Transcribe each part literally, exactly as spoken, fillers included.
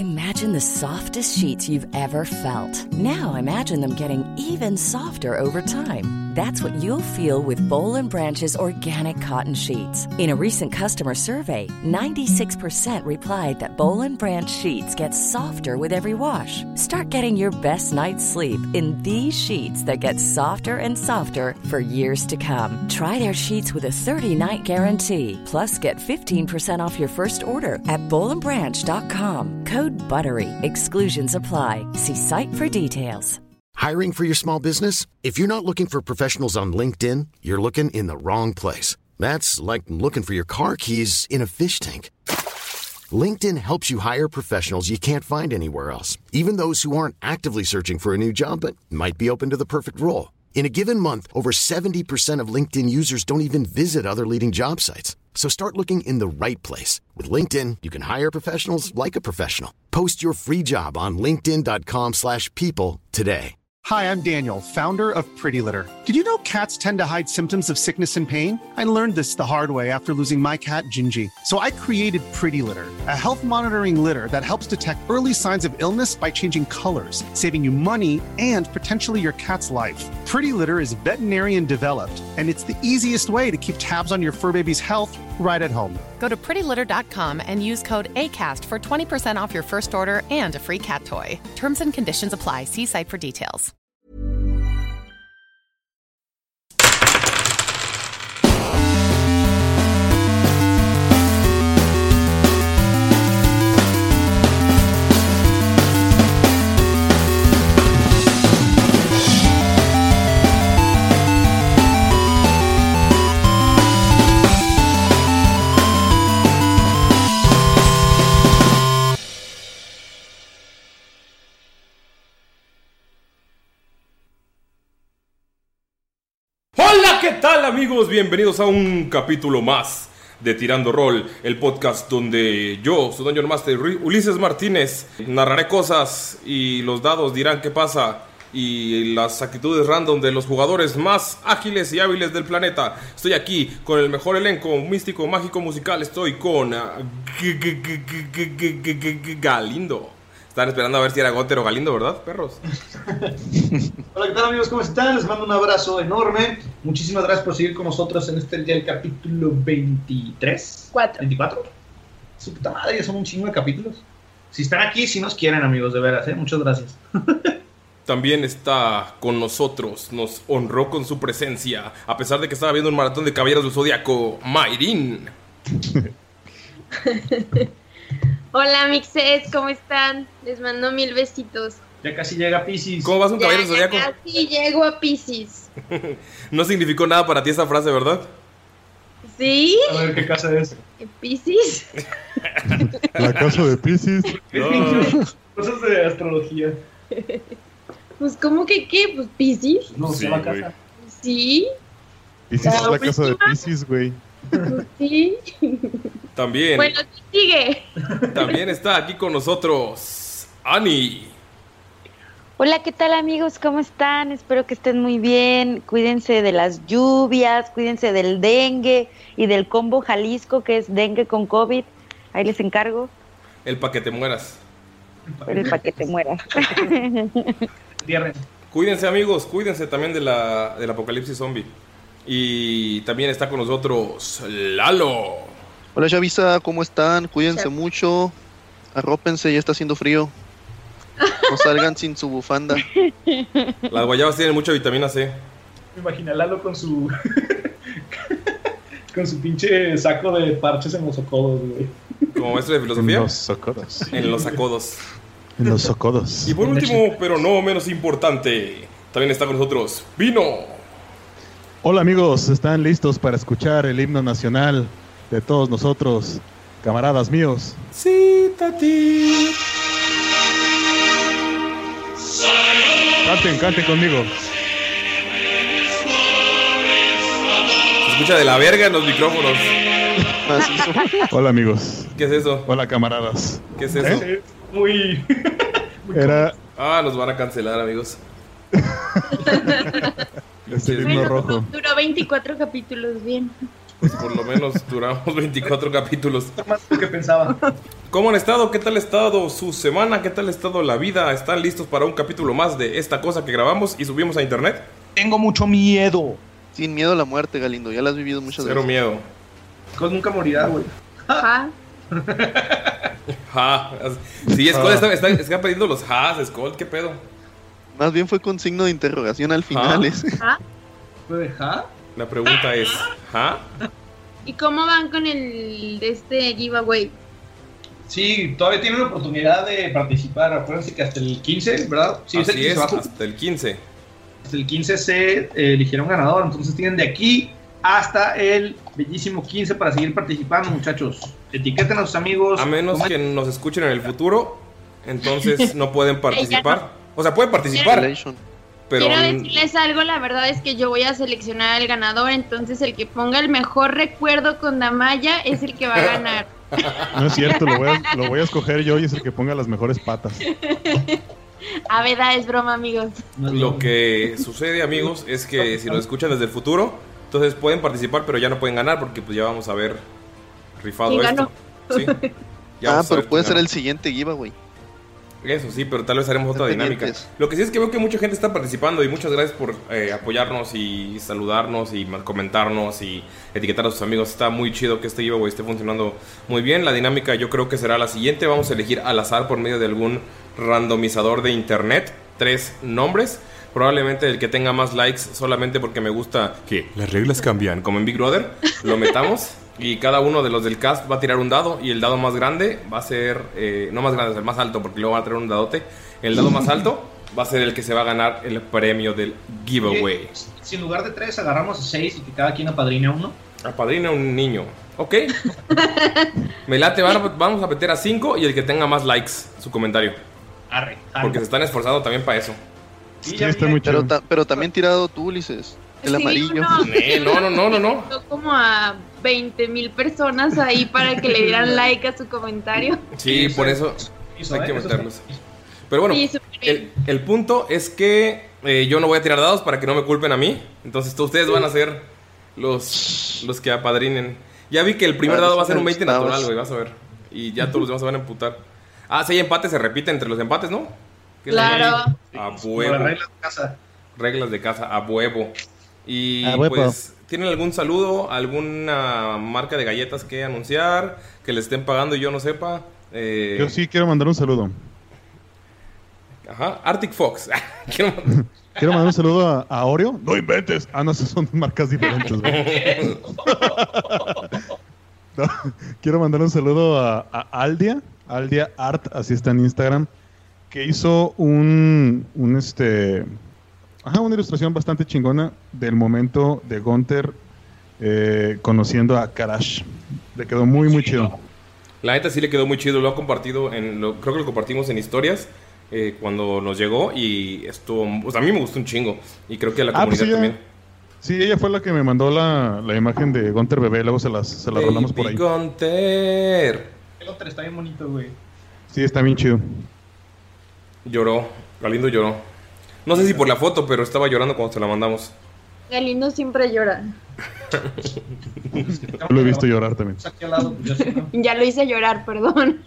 Imagine the softest sheets you've ever felt. Now imagine them getting even softer over time. That's what you'll feel with Boll and Branch's organic cotton sheets. In a recent customer survey, ninety-six percent replied that Boll and Branch sheets get softer with every wash. Start getting your best night's sleep in these sheets that get softer and softer for years to come. Try their sheets with a thirty-night guarantee. Plus, get fifteen percent off your first order at boll and branch dot com. Code BUTTERY. Exclusions apply. See site for details. Hiring for your small business? If you're not looking for professionals on LinkedIn, you're looking in the wrong place. That's like looking for your car keys in a fish tank. LinkedIn helps you hire professionals you can't find anywhere else, even those who aren't actively searching for a new job but might be open to the perfect role. In a given month, over seventy percent of LinkedIn users don't even visit other leading job sites. So start looking in the right place. With LinkedIn, you can hire professionals like a professional. Post your free job on linkedin dot com slash people today. Hi, I'm Daniel, founder of Pretty Litter. Did you know cats tend to hide symptoms of sickness and pain? I learned this the hard way after losing my cat, Gingy. So I created Pretty Litter, a health monitoring litter that helps detect early signs of illness by changing colors, saving you money and potentially your cat's life. Pretty Litter is veterinarian developed, and it's the easiest way to keep tabs on your fur baby's health right at home. Go to pretty litter dot com and use code ACAST for twenty percent off your first order and a free cat toy. Terms and conditions apply. See site for details. ¿Qué tal, amigos? Bienvenidos a un capítulo más de Tirando Rol, el podcast donde yo, su Dungeon Master Ulises Martínez, narraré cosas y los dados dirán qué pasa, y las actitudes random de los jugadores más ágiles y hábiles del planeta. Estoy aquí con el mejor elenco místico, mágico, musical. Estoy con Galindo. Están esperando a ver si era Gunter o Galindo, ¿verdad, perros? Hola, ¿qué tal, amigos? ¿Cómo están? Les mando un abrazo enorme. Muchísimas gracias por seguir con nosotros en este ya el capítulo veintitrés. Cuatro. ¿veinticuatro? Su puta madre, ya son un chingo de capítulos. Si están aquí, si nos quieren, amigos, de veras, ¿eh? Muchas gracias. También está con nosotros, nos honró con su presencia, a pesar de que estaba viendo un maratón de Caballeros del Zodiaco, Mayrin. Hola, mixes, ¿cómo están? Les mando mil besitos. Ya casi llega Piscis. ¿Cómo vas un Caballero del Zodiaco? Ya casi llego a Piscis. No significó nada para ti esa frase, ¿verdad? ¿Sí? A ver, ¿qué casa es? ¿Piscis? La casa de Piscis. No. Cosas de astrología. Pues, ¿cómo que qué? Pues, ¿Piscis? No, Sí, se va a güey. casa. ¿Sí? Piscis es la casa de Piscis, güey. Pues, sí. También, Bueno, ¿qué sigue? también está aquí con nosotros Ani. Hola, ¿qué tal, amigos? ¿Cómo están? Espero que estén muy bien. Cuídense de las lluvias, cuídense del dengue y del combo Jalisco, que es dengue con COVID. Ahí les encargo. El pa' que te mueras. Pero para que te mueras. Tierra. Cuídense, amigos, cuídense también de la, del apocalipsis zombie. Y también está con nosotros Lalo. Hola, Chavisa, ¿cómo están? Cuídense Chav- mucho. Arrópense, ya está haciendo frío. No salgan sin su bufanda. Las guayabas tienen mucha vitamina C. Me imagino a Lalo con su... con su pinche saco de parches en los socodos, güey. Como maestro de filosofía. En los socodos. En los sacodos. En los socodos. Y por último, pero no menos importante, también está con nosotros Vino. Hola, amigos. ¿Están listos para escuchar el himno nacional de todos nosotros, camaradas míos? Sí, Tati. Canten, canten conmigo. Se escucha de la verga en los micrófonos. Así son. Hola, amigos. ¿Qué es eso? Hola, camaradas. ¿Qué es eso? Es muy... Era Ah, nos van a cancelar, amigos. es el himno Bueno, rojo. duró veinticuatro capítulos, bien. pues por lo menos duramos veinticuatro capítulos. Más de lo que pensaba. ¿Cómo han estado? ¿Qué tal ha estado su semana? ¿Qué tal ha estado la vida? ¿Están listos para un capítulo más de esta cosa que grabamos y subimos a internet? Tengo mucho miedo. Sin miedo a la muerte, Galindo. Ya la has vivido muchas Cero veces. miedo. Skull nunca morirá, güey. Ajá. Ja. Sí, Skull está, está, está perdiendo los has, Skull. ¿Qué pedo? Más bien fue con signo de interrogación al final. ¿Ah? ese. ¿Ah? ¿Puede dejar? La pregunta es, ¿ja? ¿Y cómo van con el de este giveaway? Sí, todavía tienen la oportunidad de participar. Acuérdense que hasta el quince, ¿verdad? Sí, Así el quince, es, ¿verdad? hasta el quince. Hasta el quince se eh, eligieron ganador. Entonces tienen de aquí hasta el bellísimo quince para seguir participando, muchachos. Etiqueten a sus amigos. A menos Tomen- que nos escuchen en el futuro, entonces no pueden participar. O sea, pueden participar, Relation. pero Quiero decirles algo, la verdad es que yo voy a seleccionar al ganador, entonces el que ponga el mejor recuerdo con Damaya es el que va a ganar. No es cierto, lo voy, a, lo voy a escoger yo y es el que ponga las mejores patas. A verdad, es broma, amigos. lo que sucede, amigos, es que si nos escuchan desde el futuro, entonces pueden participar, pero ya no pueden ganar porque pues ya vamos a ver rifado ¿Quién esto. Sí. Ya Ah, vamos a pero ver puede quién ser gana. el siguiente giveaway. Eso sí, pero tal vez haremos otra Estén dinámica. pendientes. Lo que sí es que veo que mucha gente está participando y muchas gracias por eh, apoyarnos y saludarnos y ma- comentarnos y etiquetar a sus amigos. Está muy chido que este giveaway esté funcionando muy bien. La dinámica yo creo que será la siguiente. Vamos a elegir al azar por medio de algún randomizador de internet tres nombres. Probablemente el que tenga más likes solamente porque me gusta que las reglas cambian, como en Big Brother, lo metamos. Y cada uno de los del cast va a tirar un dado y el dado más grande va a ser, eh, no más grande, es el más alto porque luego va a traer un dadote. El dado más alto va a ser el que se va a ganar el premio del giveaway. Oye, si en lugar de tres agarramos a seis y que cada quien apadrina uno. Apadrina un niño. Ok. Me late, van- vamos a meter a cinco y el que tenga más likes su comentario. Arre, arre. Porque se están esforzando también para eso. Sí, Sí, ya está vi, muy Pero, chido. ta- pero también tirado tú, Ulises. El Sí, amarillo. no. Eh, No, no, no, no, no. Yo como a veinte mil personas ahí para que le dieran like a su comentario. Sí, por eso hizo, hay que ¿eh? Eso meterlos. está- Pero bueno, Sí, súper bien. el, el punto es que eh, yo no voy a tirar dados para que no me culpen a mí. Entonces tú- ustedes van a ser los, los que apadrinen. Ya vi que el primer Ah, dado va a ser un me veinte gustabas. natural, güey, vas a ver. Y ya todos los demás se van a emputar. Ah, si hay empate, se repite entre los empates, ¿no? ¿Qué es lo Claro. que- A Como huevo. las reglas de casa. Reglas de casa, a huevo. Y A huevo. pues, ¿tienen algún saludo, alguna marca de galletas que anunciar, que le estén pagando y yo no sepa? Eh, Yo sí quiero mandar un saludo. Ajá, Arctic Fox. Quiero mandar- Quiero mandar un saludo a, a Oreo. No inventes. Ah, no, esas son marcas diferentes. güey. No, quiero mandar un saludo a, a Aldia. Aldia Art, así está en Instagram. Que hizo un, un este... Ajá, una ilustración bastante chingona del momento de Gunther eh, conociendo a Karash. Le quedó muy, muy chido. La neta sí le quedó muy chido, lo ha compartido, en lo, creo que lo compartimos en historias eh, cuando nos llegó y estuvo, pues a mí me gustó un chingo y creo que a la Ah, pues comunidad ella- también. Sí, ella fue la que me mandó la, la imagen de Gunther bebé. Luego se las, se las rolamos por ahí. Baby Gunther. El otro está bien bonito, güey. Sí, está bien chido. Lloró, Galindo lloró. No sé si por la foto, pero estaba llorando cuando se la mandamos. Galindo siempre llora. Yo lo he visto llorar también. Aquí al lado, pues, yo sí, ¿no? Ya lo hice llorar, perdón.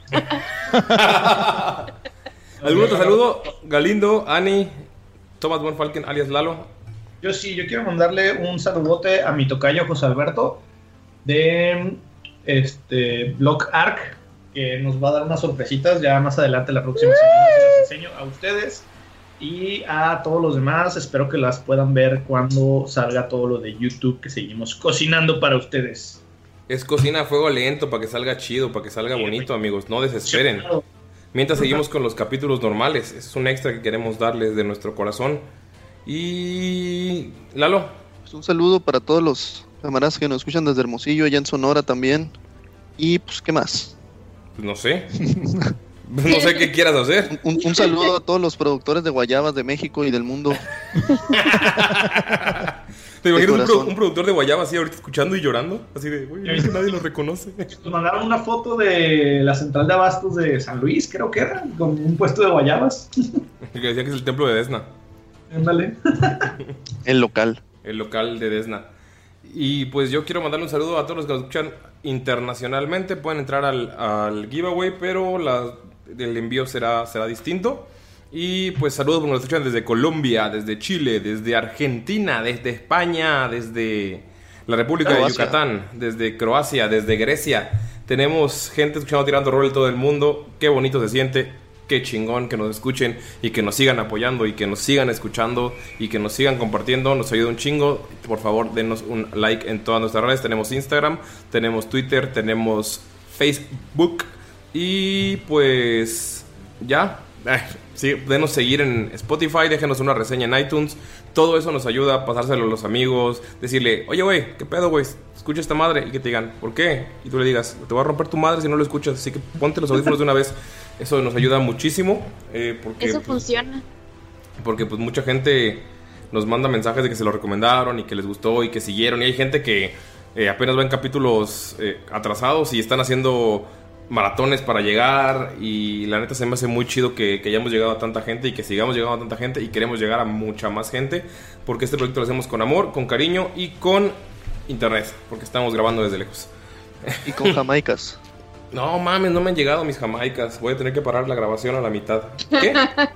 ¿Algún otro saludo? Galindo, Ani, Thomas Von Falken, alias Lalo. Yo sí, yo quiero mandarle un saludote a mi tocayo José Alberto de este Block Arc, que nos va a dar unas sorpresitas ya más adelante la próxima semana. Se las enseño a ustedes y a todos los demás. Espero que las puedan ver cuando salga todo lo de YouTube que seguimos cocinando para ustedes. Es cocina a fuego lento para que salga chido, para que salga bonito, amigos. No desesperen. Mientras seguimos con los capítulos normales. Es un extra que queremos darles de nuestro corazón. Y... Lalo. Pues un saludo para todos los camaradas que nos escuchan desde Hermosillo, allá en Sonora también. Y pues, ¿qué más? Pues no sé. No sé qué quieras hacer. Un, un saludo a todos los productores de guayabas de México y del mundo. ¿Te imaginas un, pro- corazón. un productor de guayaba así ahorita escuchando y llorando? Así de, güey, es que nadie lo reconoce. Nos mandaron una foto de la central de abastos de San Luis, creo que era, con un puesto de guayabas. Que decía que es el templo de Desna. Ándale. El local. El local de Desna. Y pues yo quiero mandarle un saludo a todos los que nos escuchan internacionalmente. Pueden entrar al, al giveaway, pero la, el envío será, será distinto. Y pues saludos porque nos escuchan desde Colombia, desde Chile, desde Argentina, desde España, desde la República Croacia. de Yucatán, desde Croacia, desde Grecia. Tenemos gente escuchando Tirando Rol en todo el mundo. Qué bonito se siente. Qué chingón que nos escuchen y que nos sigan apoyando y que nos sigan escuchando y que nos sigan compartiendo. Nos ayuda un chingo. Por favor, denos un like en todas nuestras redes. Tenemos Instagram, tenemos Twitter, tenemos Facebook. Y pues ya. Eh, sí, denos seguir en Spotify, déjenos una reseña en iTunes. Todo eso nos ayuda a pasárselo a los amigos. Decirle, oye güey, ¿qué pedo güey? Escucha esta madre. Y que te digan, ¿por qué? Y tú le digas, te voy a romper tu madre si no lo escuchas. Así que ponte los audífonos de una vez. Eso nos ayuda muchísimo. Eh, porque, eso pues, funciona. Porque pues mucha gente nos manda mensajes de que se lo recomendaron y que les gustó y que siguieron. Y hay gente que eh, apenas va en capítulos eh, atrasados y están haciendo maratones para llegar. Y la neta se me hace muy chido que, que hayamos llegado a tanta gente y que sigamos llegando a tanta gente. Y queremos llegar a mucha más gente, porque este proyecto lo hacemos con amor, con cariño y con internet, porque estamos grabando desde lejos. Y con jamaicas. No mames, no me han llegado mis jamaicas. Voy a tener que parar la grabación a la mitad. ¿Qué?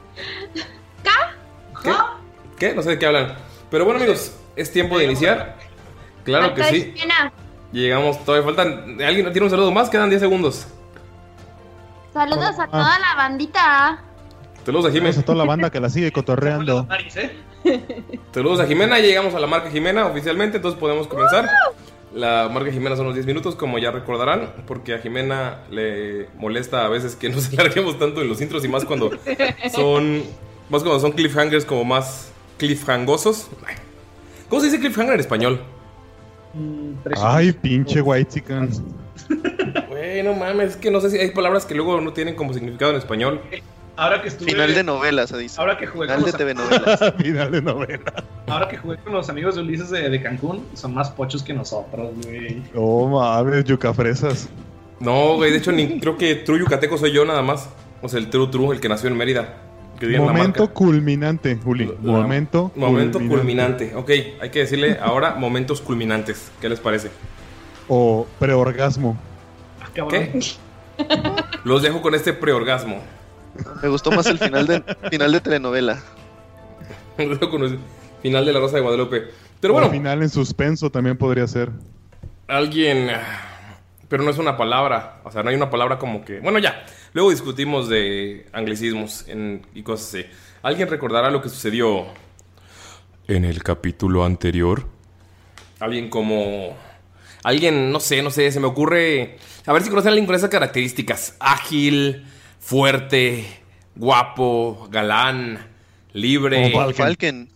¿Qué? ¿Qué? No sé de qué hablan. Pero bueno, amigos, es tiempo de iniciar. Claro que sí. Llegamos, todavía faltan. ¿Alguien tiene un saludo más? Quedan diez segundos. Saludos a toda la bandita. Saludos a Jimena. Saludos a toda la banda que la sigue cotorreando. Saludos a Jimena. Ya llegamos a la marca Jimena oficialmente, entonces podemos comenzar. La marca Jimena son los diez minutos, como ya recordarán, porque a Jimena le molesta a veces que nos alarguemos tanto en los intros y más cuando son más cuando son cliffhangers como más cliffhangosos. ¿Cómo se dice cliffhanger en español? Ay, pinche white chicken. Güey, no mames, es que no sé si hay palabras que luego no tienen como significado en español. Ahora que estuve... Final de novelas, se dice. Ahora que jugué Final con de T V novelas. Final de novelas. Ahora que jugué con los amigos de Ulises de, de Cancún, son más pochos que nosotros, güey. Oh, mames, yucafresas. No, güey, de hecho ni creo que true yucateco soy yo nada más. O sea, el true true, el que nació en Mérida. Que diga en la Momento marca. culminante, Juli. La- Momento Momento culminante. culminante. Ok, hay que decirle ahora momentos culminantes. ¿Qué les parece? O preorgasmo. Ah, cabrón. ¿Qué? Los dejo con este preorgasmo. Me gustó más el final de final de telenovela. Los dejo con el final de La Rosa de Guadalupe. Pero O bueno, final en suspenso también podría ser. alguien... Pero no es una palabra. O sea, no hay una palabra como que... Bueno, ya. Luego discutimos de anglicismos en- y cosas así. ¿Alguien recordará lo que sucedió en el capítulo anterior? Alguien como... Alguien, no sé, no sé, se me ocurre... A ver si conocen a alguien con esas características. Ágil, fuerte, guapo, galán, libre. Como Falken.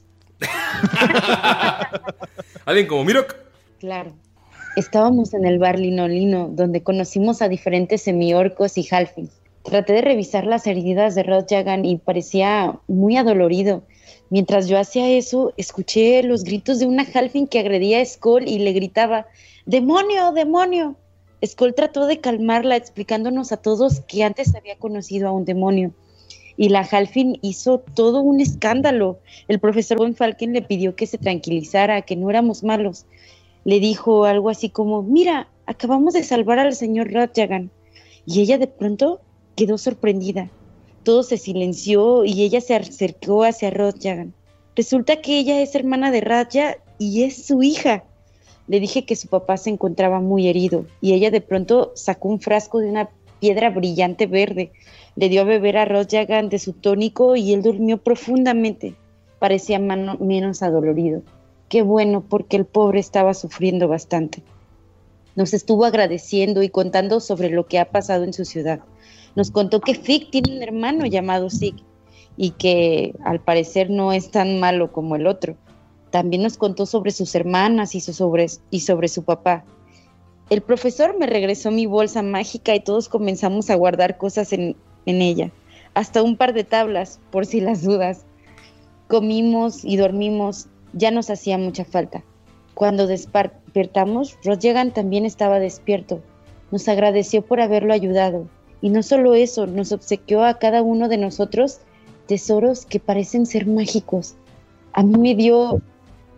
Alguien como Mirok. Claro. Estábamos en el bar Linolino, donde conocimos a diferentes semiorcos y halflings. Traté de revisar las heridas de Rod Jagan y parecía muy adolorido. Mientras yo hacía eso, escuché los gritos de una halfling que agredía a Skull y le gritaba: ¡Demonio, demonio! Skull trató de calmarla, explicándonos a todos que antes había conocido a un demonio. Y la halfling hizo todo un escándalo. El profesor Von Falken le pidió que se tranquilizara, que no éramos malos. Le dijo algo así como: mira, acabamos de salvar al señor Rod Jagan. Y ella de pronto quedó sorprendida. Todo se silenció y ella se acercó hacia Rod Jagan. Resulta que ella es hermana de Radja y es su hija. Le dije que su papá se encontraba muy herido y ella de pronto sacó un frasco de una piedra brillante verde. Le dio a beber a Rod Jagan de su tónico y él durmió profundamente. Parecía mano- menos adolorido. Qué bueno, porque el pobre estaba sufriendo bastante. Nos estuvo agradeciendo y contando sobre lo que ha pasado en su ciudad. Nos contó que Fig tiene un hermano llamado Sig y que al parecer no es tan malo como el otro. También nos contó sobre sus hermanas y, su sobre, y sobre su papá. El profesor me regresó mi bolsa mágica y todos comenzamos a guardar cosas en, en ella. Hasta un par de tablas, por si las dudas. Comimos y dormimos. Ya nos hacía mucha falta. Cuando despertamos, Rod Jagan también estaba despierto. Nos agradeció por haberlo ayudado. Y no solo eso, nos obsequió a cada uno de nosotros tesoros que parecen ser mágicos. A mí me dio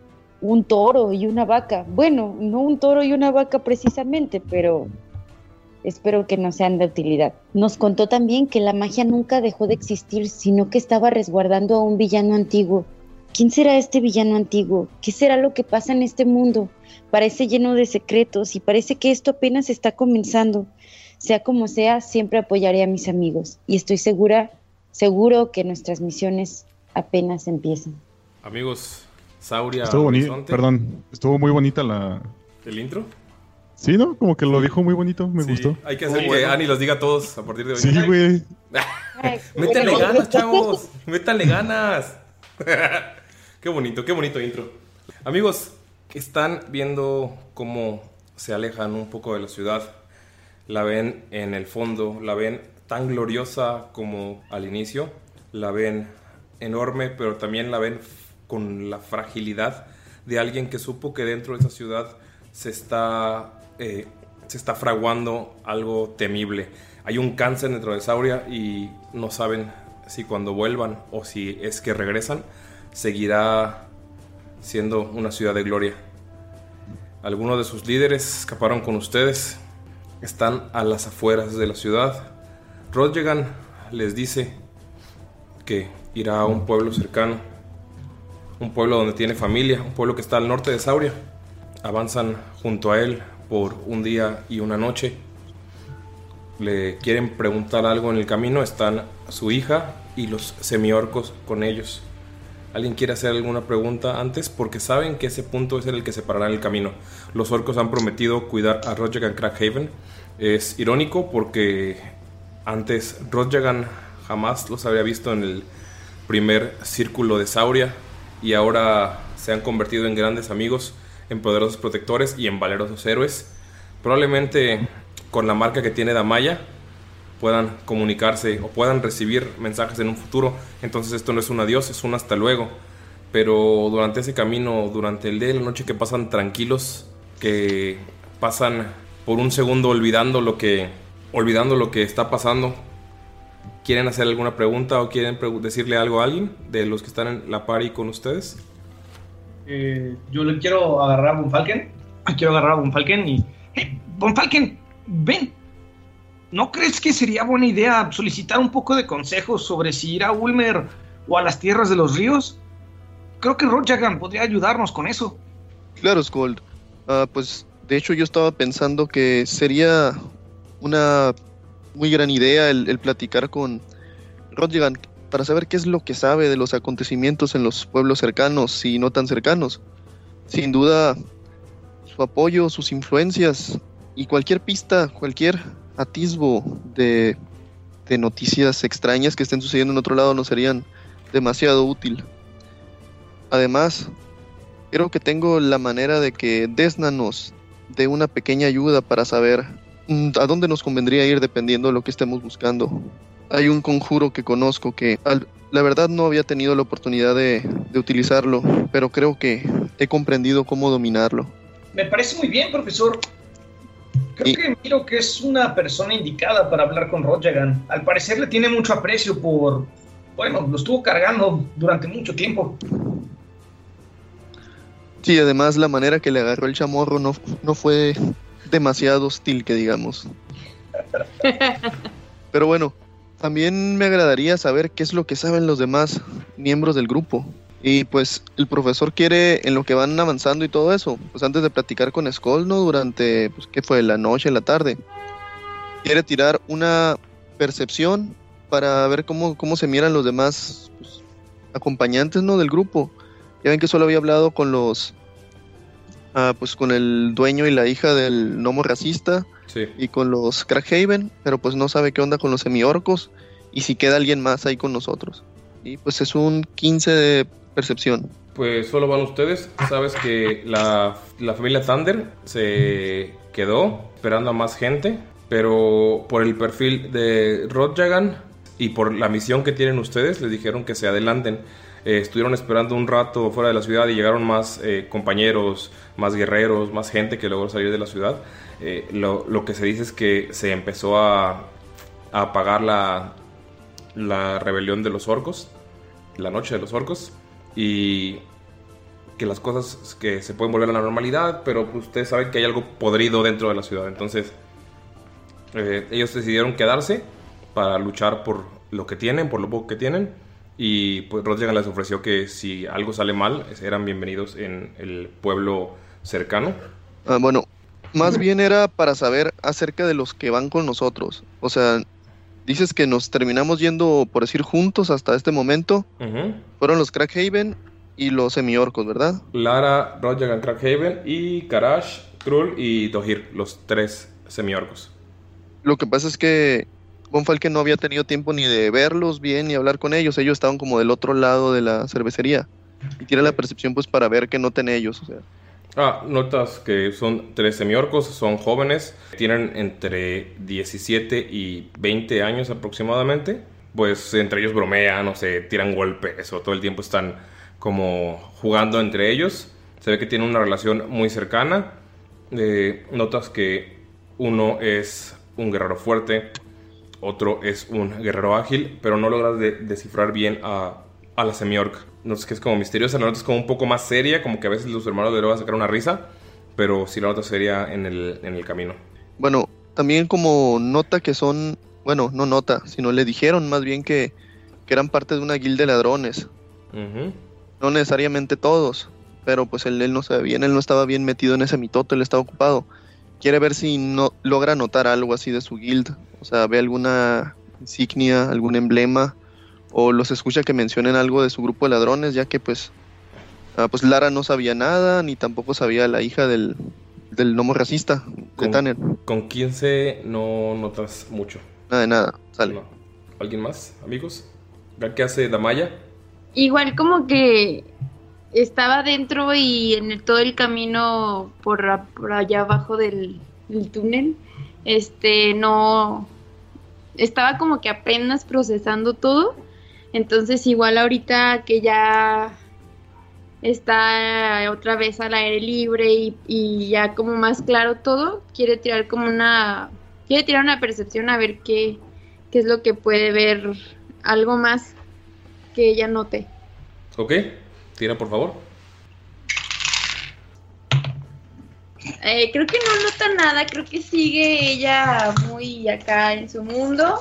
un toro y una vaca. Bueno, no un toro y una vaca precisamente, pero espero que no sean de utilidad. Nos contó también que la magia nunca dejó de existir, sino que estaba resguardando a un villano antiguo. ¿Quién será este villano antiguo? ¿Qué será lo que pasa en este mundo? Parece lleno de secretos y parece que esto apenas está comenzando. Sea como sea, siempre apoyaré a mis amigos y estoy segura, seguro que nuestras misiones apenas empiezan. Amigos, Sauria. Estuvo bonito, perdón, estuvo muy bonita la... ¿El intro? Sí, ¿no? Como que lo dijo muy bonito, me sí, gustó. Hay que hacer oh, que bueno. Ani los diga a todos a partir de hoy. Sí, güey. Métanle ganas, chavos. Métanle ganas. Qué bonito, qué bonito intro. Amigos, están viendo cómo se alejan un poco de la ciudad. La ven en el fondo, la ven tan gloriosa como al inicio. La ven enorme, pero también la ven con la fragilidad de alguien que supo que dentro de esa ciudad se está, eh, se está fraguando algo temible. Hay un cáncer dentro de Sauria y no saben si cuando vuelvan o si es que regresan seguirá siendo una ciudad de gloria. Algunos de sus líderes escaparon con ustedes, están a las afueras de la ciudad. Rodgegan les dice que irá a un pueblo cercano, un pueblo donde tiene familia, un pueblo que está al norte de Sauria. Avanzan junto a él por un día y una noche. Le quieren preguntar algo en el camino. Están su hija y los semiorcos con ellos. ¿Alguien quiere hacer alguna pregunta antes? Porque saben que ese punto es el que separará el camino. Los orcos han prometido cuidar a Rodgegan Crackhaven. Es irónico porque antes Rodgegan jamás los había visto en el primer círculo de Sauria y ahora se han convertido en grandes amigos, en poderosos protectores y en valerosos héroes. Probablemente con la marca que tiene Damaya puedan comunicarse o puedan recibir mensajes en un futuro. Entonces esto no es un adiós, es un hasta luego. Pero durante ese camino, durante el día y la noche que pasan tranquilos, que pasan por un segundo olvidando lo que, olvidando lo que está pasando, ¿quieren hacer alguna pregunta o quieren pre- decirle algo a alguien de los que están en la party con ustedes? Eh, yo le quiero agarrar a Bonfalken. Quiero agarrar a Bonfalken y... Hey, Bonfalken, ven. ¿No crees que sería buena idea solicitar un poco de consejos sobre si ir a Ulmer o a las tierras de los ríos? Creo que Rodgegan podría ayudarnos con eso. Claro, Skold. Uh, pues de hecho yo estaba pensando que sería una muy gran idea el, el platicar con Rodgegan para saber qué es lo que sabe de los acontecimientos en los pueblos cercanos y no tan cercanos. Sin duda, su apoyo, sus influencias y cualquier pista, cualquier atisbo de, de noticias extrañas que estén sucediendo en otro lado nos serían demasiado útil. Además, creo que tengo la manera de que Desna nos dé una pequeña ayuda para saber a dónde nos convendría ir dependiendo de lo que estemos buscando. Hay un conjuro que conozco que al, la verdad no había tenido la oportunidad de, de utilizarlo, pero creo que he comprendido cómo dominarlo. Me parece muy bien, profesor. Creo y, que miro que es una persona indicada para hablar con Rodgegan. Al parecer le tiene mucho aprecio por... Bueno, lo estuvo cargando durante mucho tiempo. Sí, además la manera que le agarró el chamorro no, no fue demasiado hostil, que digamos. Pero bueno, también me agradaría saber qué es lo que saben los demás miembros del grupo. Y pues el profesor quiere, en lo que van avanzando y todo eso, pues antes de platicar con Skold, ¿no? Durante, pues, ¿qué fue? La noche, la tarde. Quiere tirar una percepción para ver cómo, cómo se miran los demás, pues, acompañantes, ¿no? Del grupo. Ya ven que solo había hablado con los... Ah, pues con el dueño y la hija del gnomo racista. Sí. Y con los Crackhaven, pero pues no sabe qué onda con los semiorcos y si queda alguien más ahí con nosotros. Y pues es un quince de percepción. Pues solo van ustedes. Sabes que la, la familia Thunder se quedó esperando a más gente, pero por el perfil de Rodgegan y por la misión que tienen ustedes, les dijeron que se adelanten. Eh, estuvieron esperando un rato fuera de la ciudad y llegaron más eh, compañeros, más guerreros, más gente que logró salir de la ciudad. Eh, lo, lo que se dice es que se empezó a, a apagar la, la rebelión de los orcos, la noche de los orcos, y que las cosas que se pueden volver a la normalidad, pero pues, ustedes saben que hay algo podrido dentro de la ciudad. Entonces eh, ellos decidieron quedarse para luchar por lo que tienen, por lo poco que tienen. Y pues Rodrigan les ofreció que si algo sale mal, eran bienvenidos en el pueblo cercano. Ah, bueno, más bien era para saber acerca de los que van con nosotros. O sea, dices que nos terminamos yendo, por decir, juntos hasta este momento. Uh-huh. Fueron los Crackhaven y los semiorcos, ¿verdad? Lara, Rodrigan, Crackhaven y Karash, Krull y Dohir, los tres semiorcos. Lo que pasa es que Von Falken no había tenido tiempo ni de verlos bien ni hablar con ellos. Ellos estaban como del otro lado de la cervecería. Y tiene la percepción pues para ver que noten ellos, o sea. Ah, notas que son tres semiorcos, son jóvenes, tienen entre diecisiete y veinte años aproximadamente. Pues entre ellos bromean, o se tiran golpes, o todo el tiempo están como jugando entre ellos. Se ve que tienen una relación muy cercana. Eh, notas que uno es un guerrero fuerte, otro es un guerrero ágil, pero no logras de- descifrar bien a, a la semiorca. No sé, que es como misteriosa, la nota es como un poco más seria, como que a veces los hermanos le van a sacar una risa, pero sí la nota seria en el, en el camino. Bueno, también como nota que son, bueno, no nota, sino le dijeron más bien que, que eran parte de una guilda de ladrones. Uh-huh. No necesariamente todos, pero pues él, él no sabía bien, él no estaba bien metido en ese mitote, él estaba ocupado. Quiere ver si no logra notar algo así de su guild, o sea, ve alguna insignia, algún emblema, o los escucha que mencionen algo de su grupo de ladrones, ya que pues, ah, pues Lara no sabía nada, ni tampoco sabía la hija del, del gnomo racista, de Tanner. Con quince no notas mucho. Nada de nada, sale. No. ¿Alguien más, amigos? ¿Qué hace Damaya? Igual como que estaba dentro y en el- todo el camino por, a- por allá abajo del, del túnel, este, no, estaba como que apenas procesando todo. Entonces igual ahorita que ya está otra vez al aire libre y, y ya como más claro todo, quiere tirar como una, quiere tirar una percepción a ver qué, qué es lo que puede ver, algo más que ella note. Ok, tira por favor. Eh, creo que no nota nada, creo que sigue ella muy acá en su mundo.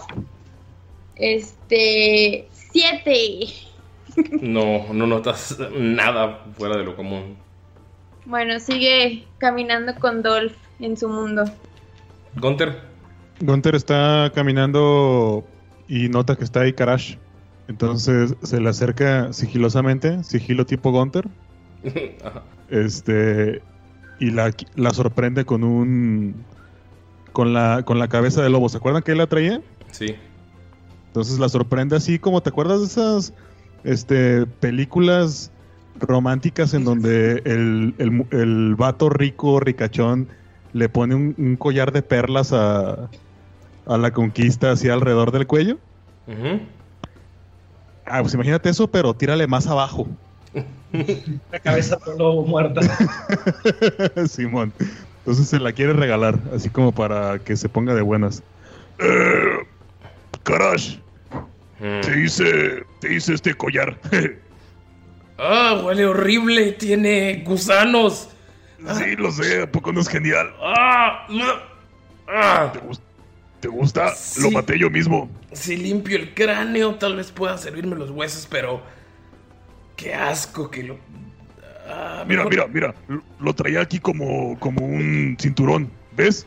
Este, siete. No, no notas nada fuera de lo común. Bueno, sigue caminando con Dolph en su mundo. Gunther. Gunther está caminando y nota que está ahí Karash. Entonces se le acerca sigilosamente, sigilo tipo Gunther. Ajá. Este y la, la sorprende con un con la con la cabeza de lobo. ¿Se acuerdan que él la traía? Sí. Entonces la sorprende así como, ¿te acuerdas de esas este películas románticas en donde el, el, el vato rico, ricachón, le pone un, un collar de perlas a, a la conquista así alrededor del cuello? Uh-huh. Ah, pues imagínate eso, pero tírale más abajo. La cabeza de un lobo muerta. Simón. Entonces se la quiere regalar, así como para que se ponga de buenas. Eh, Karash, Mm. te hice, te hice este collar. Ah, huele horrible, tiene gusanos. Sí, lo sé, ¿a poco no es genial? Ah, ah. ¿Te, gust- ¿Te gusta? Sí. Lo maté yo mismo. Si limpio el cráneo, tal vez pueda servirme los huesos, pero qué asco que lo. Ah, Mira, mejor- mira, mira. Lo, lo traía aquí como, como un cinturón. ¿Ves?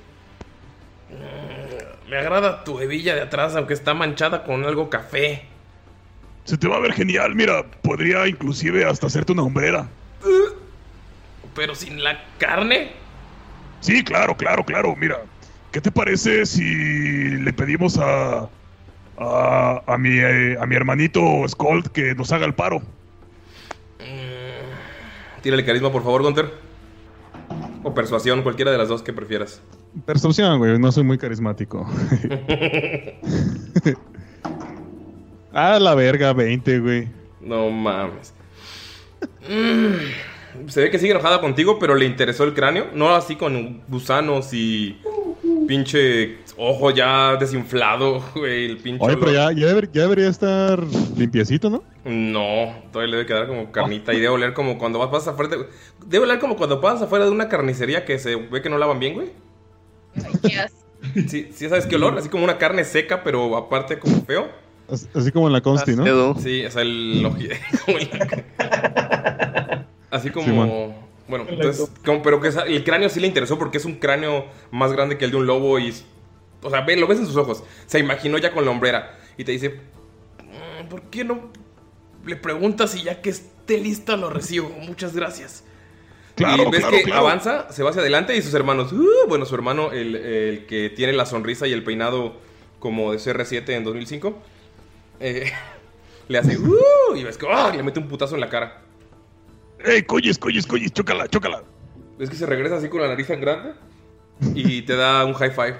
Me agrada tu hebilla de atrás, aunque está manchada con algo café. Se te va a ver genial. Mira, podría inclusive hasta hacerte una hombrera. Pero sin la carne. Sí, claro, claro, claro. Mira, ¿qué te parece si le pedimos a a, a mi eh, a mi hermanito Skold que nos haga el paro? Mm, tírale carisma, por favor, Gunther. O persuasión, cualquiera de las dos que prefieras. Persuasión, güey. No soy muy carismático. Ah, la verga, veinte, güey. No mames. Mm, se ve que sigue enojada contigo, pero le interesó el cráneo. No así con gusanos y pinche ojo ya desinflado, güey, el pinche. Oye, pero ya, ya, deber- ya debería estar limpiecito, ¿no? No, todavía le debe quedar como carnita y debe oler como cuando vas, vas afuera. de- Debe oler como cuando pasas afuera de una carnicería que se ve que no lavan bien, güey. Ay, qué asco. Sí, sí, ¿sabes qué olor? Así como una carne seca, pero aparte como feo. As- Así como en la Consti, ¿no? Quedó. Sí, o sea, el oji- como el- Así como. Simón. Bueno, entonces, como- pero que esa- el cráneo sí le interesó porque es un cráneo más grande que el de un lobo y. O sea, ve, lo ves en sus ojos. Se imaginó ya con la hombrera y te dice: "Mm, ¿por qué no le preguntas y ya que esté lista lo recibo? Muchas gracias." Claro, y ves claro, que claro. avanza, se va hacia adelante y sus hermanos. "Uh", bueno, su hermano, el, el que tiene la sonrisa y el peinado como de C R siete en dos mil cinco, eh, le hace "Uh", y ves que ¡ah! Le mete un putazo en la cara. ¡Ey, coyes, coyes, coyes! ¡Chócala, chócala! Ves que se regresa así con la nariz tan grande y te da un high five.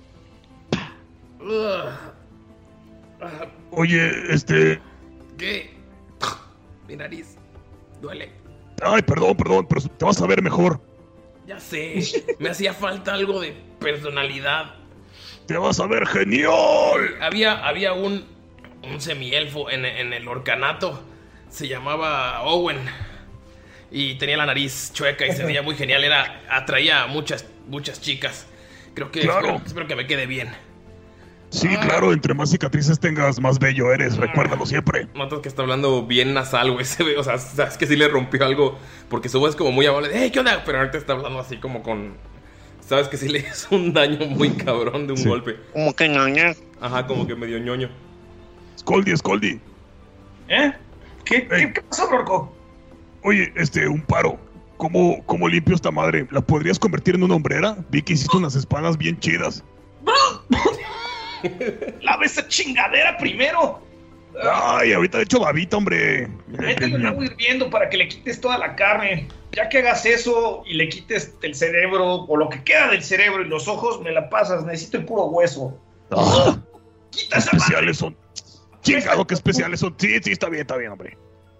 Ugh. Ah, Oye, este... ¿Qué? Mi nariz duele. Ay, perdón, perdón, pero te vas a ver mejor. Ya sé, me hacía falta algo de personalidad. ¡Te vas a ver genial! Había, había un, un semielfo en, en el orcanato. Se llamaba Owen. Y tenía la nariz chueca y se veía muy genial. Era, atraía a muchas, muchas chicas. Creo que Claro. espero, espero que me quede bien. Sí, claro, entre más cicatrices tengas, más bello eres, recuérdalo siempre. Notas que está hablando bien nasal, güey. Se ve, o sea, sabes que sí le rompió algo. Porque su voz es como muy amable. ¡Hey, qué onda! Pero ahorita está hablando así como con. Sabes que sí le hizo un daño muy cabrón de un Sí. golpe. Como que ñoña. Ajá, como que medio ñoño. Scoldy, Scoldy. ¿Eh? ¿Qué, Ey. ¿Qué, qué pasó, Rorco? Oye, este, un paro. ¿Cómo, ¿Cómo limpio esta madre? ¿La podrías convertir en una hombrera? Vi que hiciste unas espadas bien chidas. ¡Lava esa chingadera primero! Ay, ahorita he hecho babita, hombre. Métele el agua hirviendo para que le quites toda la carne. Ya que hagas eso y le quites el cerebro o lo que queda del cerebro y los ojos, me la pasas. Necesito el puro hueso. Ah, ¡Quita esa madre! especiales son. Chingado, qué especiales son. Sí, sí, está bien, está bien, hombre.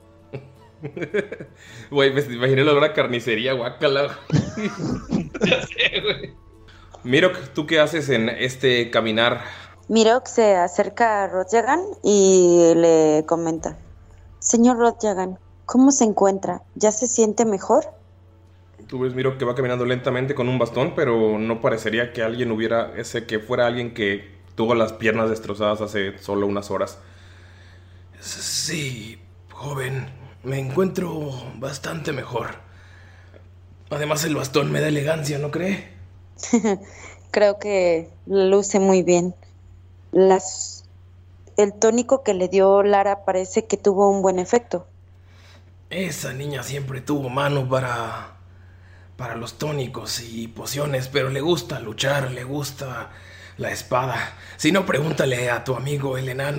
Güey, me imaginé la olor a carnicería, guácala. Ya sé, güey. Mirok, ¿tú qué haces en este caminar? Mirok se acerca a Rodjagan y le comenta: Señor Rodjagan, ¿cómo se encuentra? ¿Ya se siente mejor? Tú ves Mirok que va caminando lentamente con un bastón, pero no parecería que alguien hubiera, ese que fuera alguien que tuvo las piernas destrozadas hace solo unas horas. Sí, joven, me encuentro bastante mejor. Además el bastón me da elegancia, ¿no cree? Creo que luce muy bien. Las... El tónico que le dio Lara parece que tuvo un buen efecto. Esa niña siempre tuvo mano para para los tónicos y pociones, pero le gusta luchar, le gusta la espada. Si no, pregúntale a tu amigo el enano.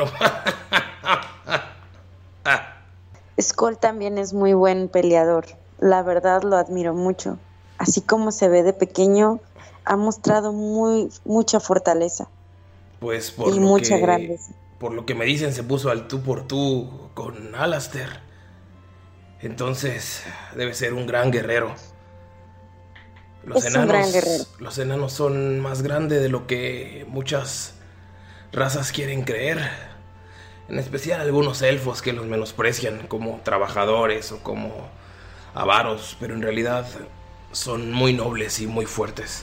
Skull también es muy buen peleador. La verdad lo admiro mucho. Así como se ve de pequeño, ha mostrado muy mucha fortaleza Pues por y lo mucha que, grandeza. por lo que me dicen, se puso al tú por tú con Alastair. Entonces, debe ser un gran guerrero. Los Es un gran guerrero. Los enanos son más grandes de lo que muchas razas quieren creer. En especial algunos elfos que los menosprecian como trabajadores o como avaros, pero en realidad son muy nobles y muy fuertes.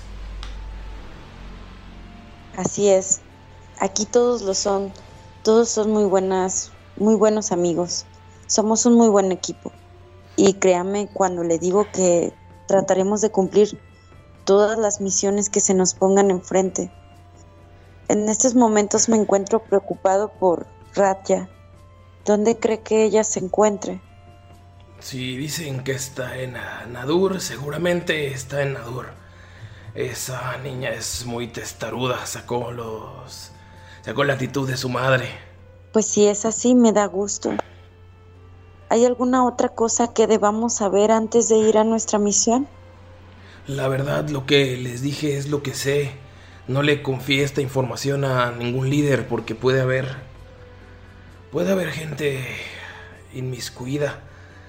Así es. Aquí todos lo son. Todos son muy buenas, muy buenos amigos. Somos un muy buen equipo. Y créame cuando le digo que trataremos de cumplir todas las misiones que se nos pongan enfrente. En estos momentos me encuentro preocupado por Radja. ¿Dónde cree que ella se encuentre? Si dicen que está en Nadur, seguramente está en Nadur. Esa niña es muy testaruda, sacó los... sacó la actitud de su madre. Pues si es así, me da gusto. ¿Hay alguna otra cosa que debamos saber antes de ir a nuestra misión? La verdad, lo que les dije es lo que sé. No le confié esta información a ningún líder porque puede haber... puede haber gente inmiscuida.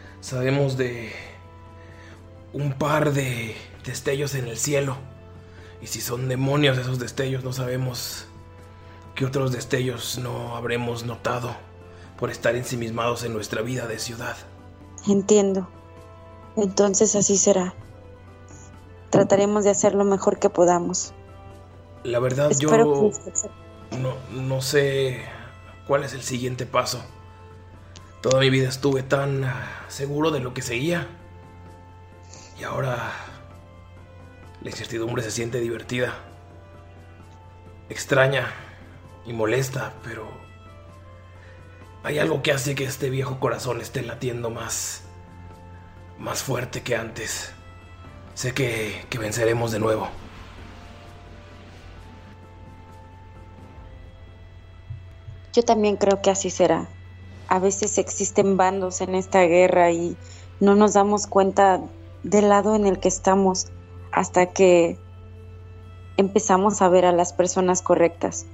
Sabemos de un par de destellos en el cielo Y si son demonios esos destellos, no sabemos qué otros destellos no habremos notado por estar ensimismados en nuestra vida de ciudad. Entiendo. Entonces así será. Trataremos de hacer lo mejor que podamos. La verdad, Espero yo que... no, no sé cuál es el siguiente paso. Toda mi vida estuve tan seguro de lo que seguía. Y ahora la incertidumbre se siente divertida, extraña y molesta, pero hay algo que hace que este viejo corazón esté latiendo más, más fuerte que antes. Sé que, que venceremos de nuevo. Yo también creo que así será. A veces existen bandos en esta guerra y no nos damos cuenta del lado en el que estamos hasta que empezamos a ver a las personas correctas.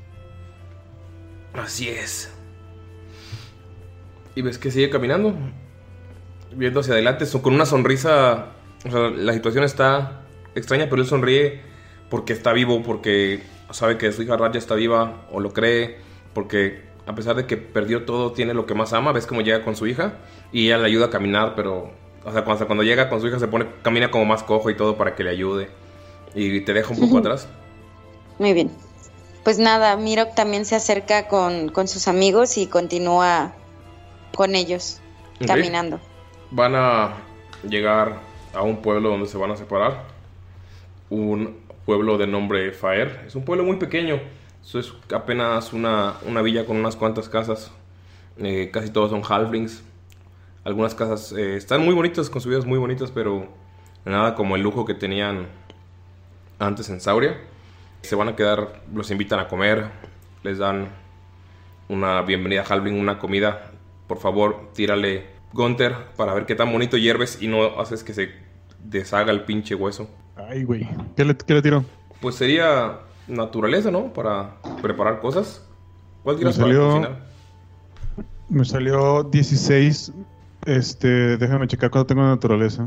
Así es. Y ves que sigue caminando, viendo hacia adelante, con una sonrisa. O sea, la situación está extraña, pero él sonríe porque está vivo, porque sabe que su hija Raya está viva, o lo cree, porque a pesar de que perdió todo, tiene lo que más ama. Ves cómo llega con su hija y ella le ayuda a caminar, pero o sea, cuando, cuando llega con su hija se pone, camina como más cojo y todo para que le ayude, y te deja un poco atrás. Muy bien. Pues nada, Mirok también se acerca con, con sus amigos y continúa con ellos, Okay. caminando. Van a llegar a un pueblo donde se van a separar. Un pueblo de nombre Faer. Es un pueblo muy pequeño. Eso es apenas una, una villa con unas cuantas casas. Eh, casi todos son halflings. Algunas casas eh, están muy bonitas, construidas muy bonitas, pero nada como el lujo que tenían antes en Sauria. Se van a quedar, los invitan a comer, les dan una bienvenida a halfling, una comida. Por favor, tírale Gunther para ver qué tan bonito hierves y no haces que se deshaga el pinche hueso. Ay, güey. ¿Qué le, qué le tiro? Pues sería naturaleza, ¿no? Para preparar cosas. ¿Cuál Me tiras para salió, cocinar? me salió dieciséis. Este, déjame checar cuánto tengo de naturaleza.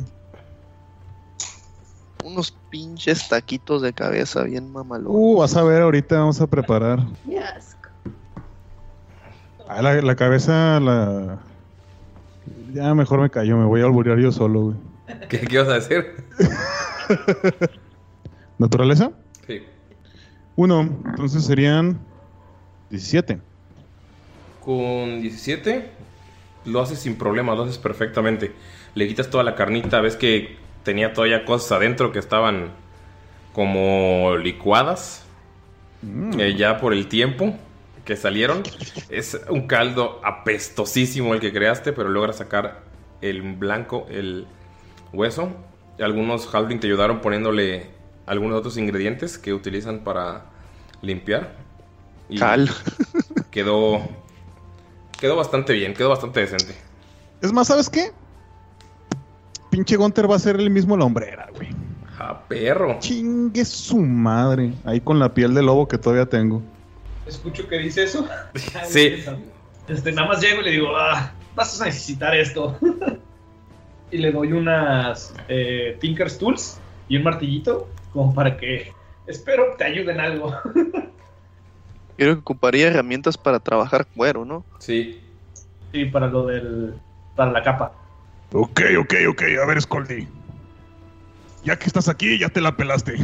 Unos pinches taquitos de cabeza bien mamalón. Uh, vas a ver, ahorita vamos a preparar. Yes. Ah, la, la cabeza, la... Ya mejor me callo, me voy a alburear yo solo, güey. ¿Qué, ¿Qué ibas a decir? ¿Naturaleza? Sí. Uno, entonces serían diecisiete. Con diecisiete lo haces sin problema, lo haces perfectamente. Le quitas toda la carnita, ves que tenía todavía cosas adentro que estaban como licuadas. Mm. Eh, ya por el tiempo que salieron. Es un caldo apestosísimo el que creaste, pero logras sacar el blanco, el hueso. Algunos halfling te ayudaron poniéndole algunos otros ingredientes que utilizan para limpiar. Y Cal. Quedó Quedó bastante bien, quedó bastante decente. Es más, ¿sabes qué? Pinche Gunther va a ser el mismo la hombrera, güey. ¡Ja, perro! Chingue su madre. Ahí con la piel de lobo que todavía tengo. Escucho que dice eso. Sí. Este, nada más llego y le digo, ah, vas a necesitar esto. Y le doy unas eh, Tinker's Tools y un martillito, como para que, espero, te ayuden algo. Creo que ocuparía herramientas para trabajar cuero, ¿no? Sí. Sí, para lo del... para la capa. Ok, ok, ok. A ver, Scoldy. Ya que estás aquí, ya te la pelaste.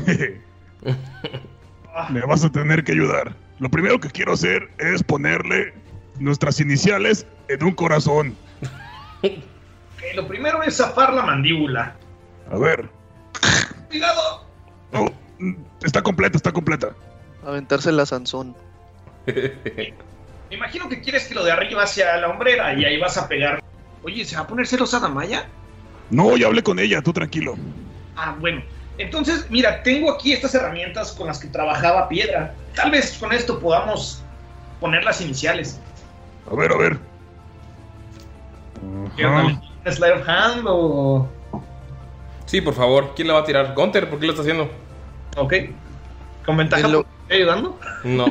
Me vas a tener que ayudar. Lo primero que quiero hacer es ponerle nuestras iniciales en un corazón. Ok, lo primero es zafar la mandíbula. A ver. ¡Cuidado! Oh, está completa, está completa. Aventarse la Sansón. Me imagino que quieres que lo de arriba sea la hombrera y ahí vas a pegar. Oye, ¿se va a poner celosa Damaya? No, ya hablé con ella, tú tranquilo. Ah, bueno. Entonces, mira, tengo aquí estas herramientas con las que trabajaba piedra. Tal vez con esto podamos poner las iniciales. A ver, a ver. ¿Qué onda? ¿Un slide of hand o...? Sí, por favor. ¿Quién la va a tirar? Gunther, ¿por qué lo está haciendo? Ok. ¿Con ventaja En lo- porque estoy ayudando? No.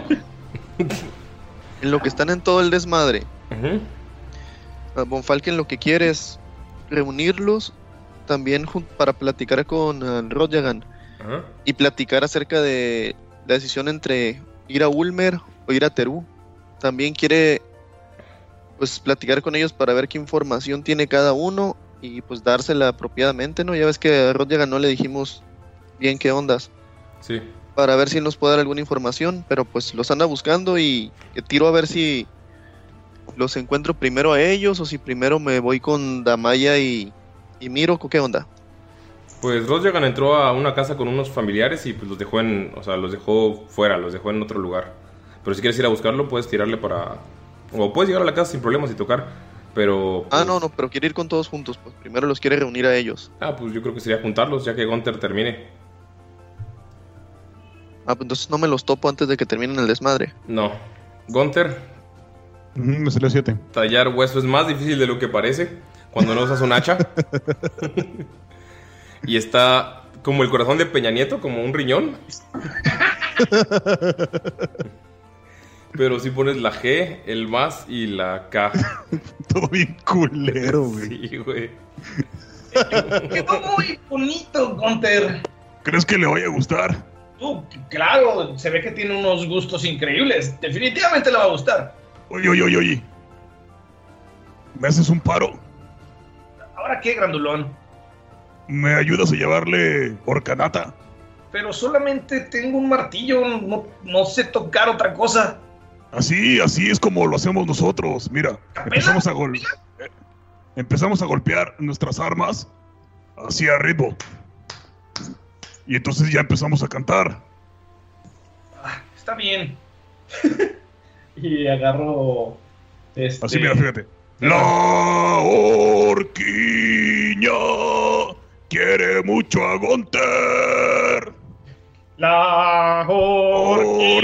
En lo que están en todo el desmadre, Ujú. uh, Von Falken lo que quiere es reunirlos también jun- para platicar con uh, Rodjagan Ajá. y platicar acerca de la decisión entre ir a Ulmer o ir a Terú. También quiere pues platicar con ellos para ver qué información tiene cada uno y pues dársela apropiadamente, ¿no? Ya ves que a Rodjagan no le dijimos bien qué ondas. Sí. Para ver si nos puede dar alguna información, pero pues los anda buscando y que tiro a ver si los encuentro primero a ellos o si primero me voy con Damaya y, y Miro, ¿qué onda? Pues Rodjagan entró a una casa con unos familiares y pues los dejó en, o sea, los dejó fuera, los dejó en otro lugar. Pero si quieres ir a buscarlo, puedes tirarle para, o puedes llegar a la casa sin problemas y tocar, pero pues... Ah, no, no, pero quiere ir con todos juntos, pues primero los quiere reunir a ellos. Ah, pues yo creo que sería juntarlos ya que Gunther termine. Ah, pues entonces no me los topo antes de que terminen el desmadre. No. Gunther. Uh-huh, me salió siete. Tallar hueso es más difícil de lo que parece cuando no usas un hacha. Y está como el corazón de Peña Nieto, como un riñón. Pero si pones la G, el más y la K. Todo bien culero, güey. Sí, güey. Quedó muy bonito, Gunther. ¿Crees que le vaya a gustar? Uh, claro, se ve que tiene unos gustos increíbles. Definitivamente le va a gustar. Oye, oye, oye, oye. ¿Me haces un paro? ¿Ahora qué, grandulón? ¿Me ayudas a llevarle Orcanata? Pero solamente tengo un martillo, no, no sé tocar otra cosa. Así, así es como lo hacemos nosotros. Mira, empezamos a, gol- eh, empezamos a golpear nuestras armas así a ritmo. Y entonces ya empezamos a cantar. Ah, está bien. Y agarro... Este... Así, mira, fíjate. La orquiña quiere mucho a Gunther. La orquiña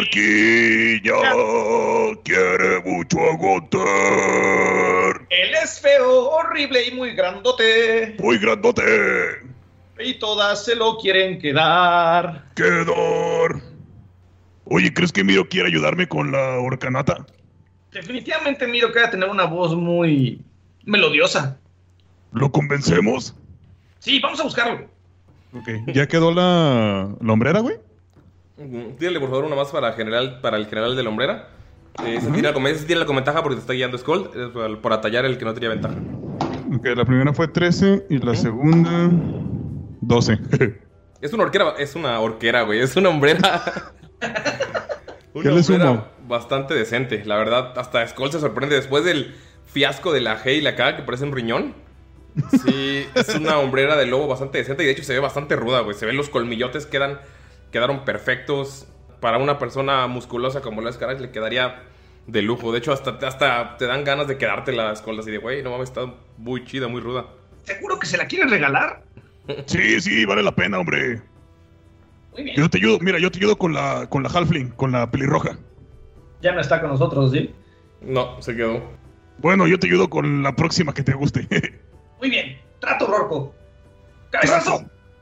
quiere mucho a Gunther. Él es feo, horrible y muy grandote. Muy grandote. Y todas se lo quieren quedar. Quedar. Oye, ¿crees que Miro quiere ayudarme con la Orcanata? Definitivamente Miro que va a tener una voz muy melodiosa. ¿Lo convencemos? Sí, vamos a buscarlo. Ok, ¿ya quedó la, la hombrera, güey? Tírale por favor una más para, general, para el general de la hombrera. Eh, ese tira, ese tira con ventaja porque te está guiando Skull. Es por, por atallar el que no tenía ventaja. Ok, la primera fue trece y la uh-huh. segunda... doce. Es una horquera, es una horquera, güey. Es una hombrera. Una ¿Qué le sumo? Bastante decente. La verdad, hasta Skull se sorprende después del fiasco de la G y la K, que parece un riñón. Sí, es una hombrera de lobo bastante decente. Y de hecho se ve bastante ruda, güey. Se ven los colmillotes, quedan, quedaron perfectos. Para una persona musculosa como la Scaraj le quedaría de lujo. De hecho, hasta, hasta te dan ganas de quedarte la Skull así de, güey, no mames, está muy chida, muy ruda. ¿Seguro que se la quieres regalar? Sí, sí, vale la pena, hombre. Muy bien. Yo te ayudo, mira, yo te ayudo con la con la Halfling, con la pelirroja. Ya no está con nosotros, ¿sí? No, se quedó. Bueno, yo te ayudo con la próxima que te guste. Muy bien, trato, Rorco. ¡Cabezazo!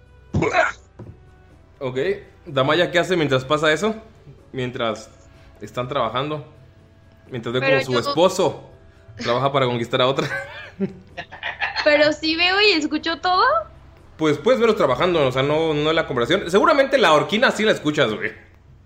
Ok, Damaya, ¿qué hace mientras pasa eso? Mientras están trabajando. Mientras ve como su yo... esposo trabaja para conquistar a otra. Pero sí veo y escucho todo. Pues puedes verlos trabajando, o sea, no, no la conversación. Seguramente la orquina sí la escuchas, güey.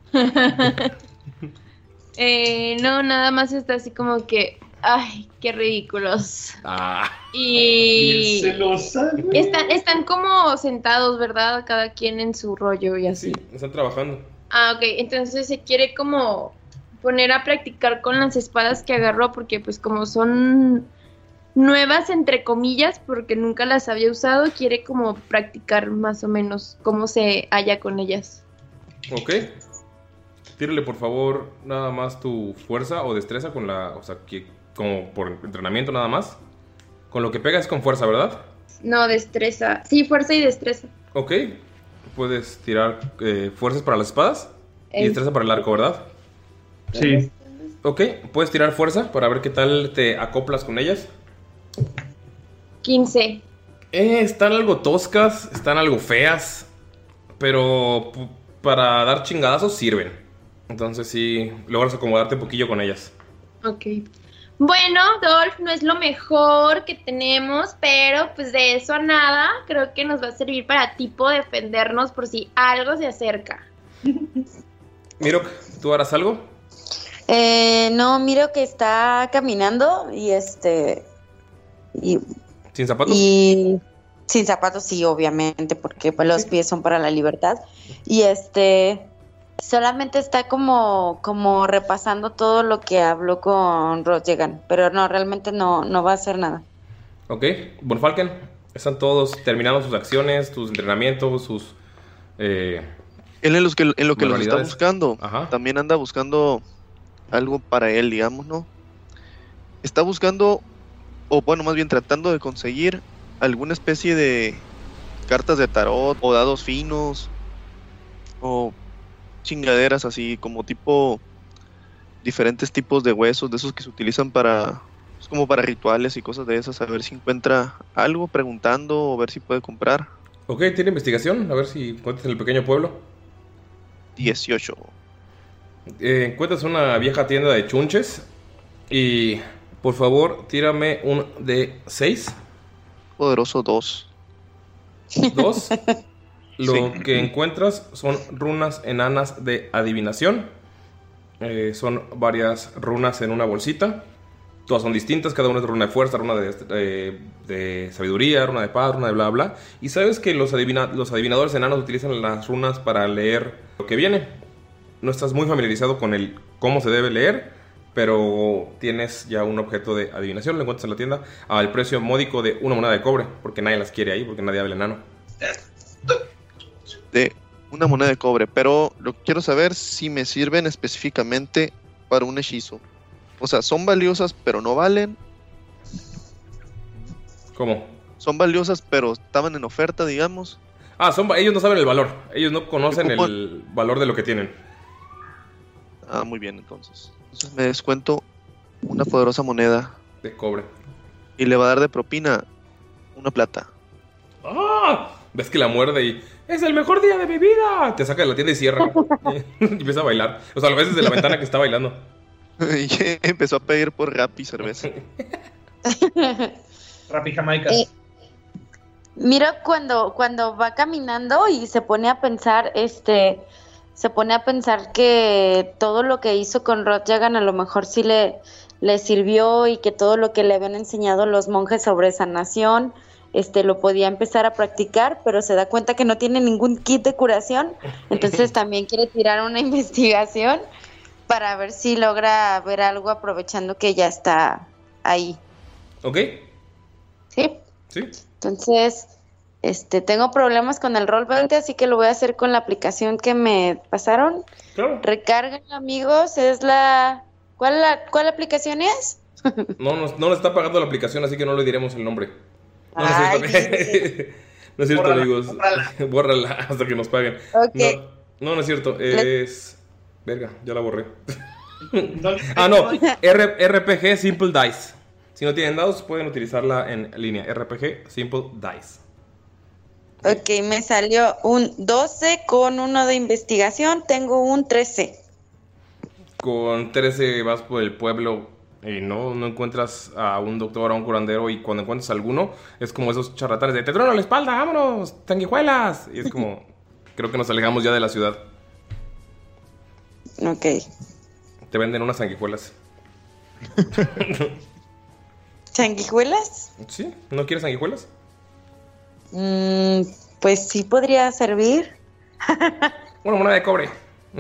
eh, no, nada más está así como que... Ay, qué ridículos. Ah. Y... Se lo sabe. Están, están como sentados, ¿verdad? Cada quien en su rollo y así. Sí, están trabajando. Ah, ok. Entonces se quiere como poner a practicar con las espadas que agarró, porque pues como son nuevas, entre comillas, porque nunca las había usado, quiere como practicar más o menos cómo se halla con ellas. Ok. Tírale por favor nada más tu fuerza o destreza con la... O sea, que como por entrenamiento nada más. Con lo que pegas con fuerza, ¿verdad? No, destreza. Sí, fuerza y destreza. Ok. Puedes tirar eh, fuerzas para las espadas y El... destreza para el arco, ¿verdad? Sí. Ok, puedes tirar fuerza para ver qué tal te acoplas con ellas. quince. Eh, están algo toscas, están algo feas, pero p- para dar chingadazos sirven. Entonces sí, logras acomodarte un poquillo con ellas. Ok. Bueno, Dolph no es lo mejor que tenemos, pero pues de eso a nada, creo que nos va a servir para tipo defendernos por si algo se acerca. Mirok, ¿tú harás algo? Eh, no, miro que está caminando y este... Y, ¿Sin zapatos? Y sin zapatos, sí, obviamente, porque pues, los pies son para la libertad. Y este... Solamente está como, como repasando todo lo que habló con Rodgegan, pero no, realmente no, no va a hacer nada. Ok, Von Falken, están todos terminando sus acciones, sus entrenamientos, sus... Eh, él en, los que, en lo que los está manualidades. buscando, Ajá. también anda buscando algo para él, digamos, ¿no? Está buscando, o bueno, más bien tratando de conseguir alguna especie de cartas de tarot o dados finos o chingaderas así como tipo diferentes tipos de huesos de esos que se utilizan para pues, como para rituales y cosas de esas, a ver si encuentra algo preguntando o ver si puede comprar. Ok, tiene investigación, a ver si encuentras en el pequeño pueblo. dieciocho. Eh, encuentras una vieja tienda de chunches y por favor tírame un de seis. Poderoso dos. Dos. Lo Sí. que encuentras son runas enanas de adivinación. Eh, son varias runas en una bolsita. Todas son distintas, cada una es runa de fuerza, runa de, de, de sabiduría, runa de paz, runa de bla bla. Y sabes que los, adivina, los adivinadores enanos utilizan las runas para leer lo que viene. No estás muy familiarizado con el cómo se debe leer, pero tienes ya un objeto de adivinación, lo encuentras en la tienda al precio módico de una moneda de cobre, porque nadie las quiere ahí, porque nadie habla enano. De una moneda de cobre, pero lo que quiero saber si me sirven específicamente para un hechizo. O sea, son valiosas pero no valen. ¿Cómo? Son valiosas pero estaban en oferta, digamos. Ah, son, ellos no saben el valor, ellos no conocen ¿Cómo? el valor de lo que tienen. Ah, muy bien, entonces. Entonces me descuento una poderosa moneda De cobre. y le va a dar de propina una plata. ¡Ah! Ves que la muerde y... ¡Es el mejor día de mi vida! Te saca de la tienda y cierra. Y empieza a bailar. O sea, lo ves desde la ventana que está bailando. Y empezó a pedir por rap y cerveza. Rappi Jamaica. Eh, Miro cuando, cuando va caminando y se pone a pensar, este, se pone a pensar que todo lo que hizo con Rodgegan a lo mejor sí le, le sirvió y que todo lo que le habían enseñado los monjes sobre sanación, este, lo podía empezar a practicar, pero se da cuenta que no tiene ningún kit de curación, entonces también quiere tirar una investigación para ver si logra ver algo aprovechando que ya está ahí. ¿Ok? ¿Sí? Sí. Entonces, este, tengo problemas con el roll veinte, así que lo voy a hacer con la aplicación que me pasaron. Claro. Recargan, amigos, es la... ¿Cuál, la, cuál aplicación es? No, no, no nos está pagando la aplicación, así que no le diremos el nombre. No, no es Ay, cierto. No es cierto, Bórrala, amigos. bórrala. Bórrala hasta que nos paguen. Ok. No, no, no es cierto. Le- Es... Verga, ya la borré. No, Ah, no. R- RPG Simple Dice. Si no tienen dados, pueden utilizarla en línea. R P G Simple Dice. Ok, me salió un doce con uno de investigación, tengo un trece. Con trece vas por el pueblo y no, no encuentras a un doctor o a un curandero. Y cuando encuentras a alguno, es como esos charlatanes de te trueno la espalda, vámonos, sanguijuelas. Y es como, creo que nos alejamos ya de la ciudad. Ok. Te venden unas sanguijuelas. ¿Sanguijuelas? ¿Sí? ¿No quieres sanguijuelas? Mm, pues sí podría servir. Una moneda de cobre.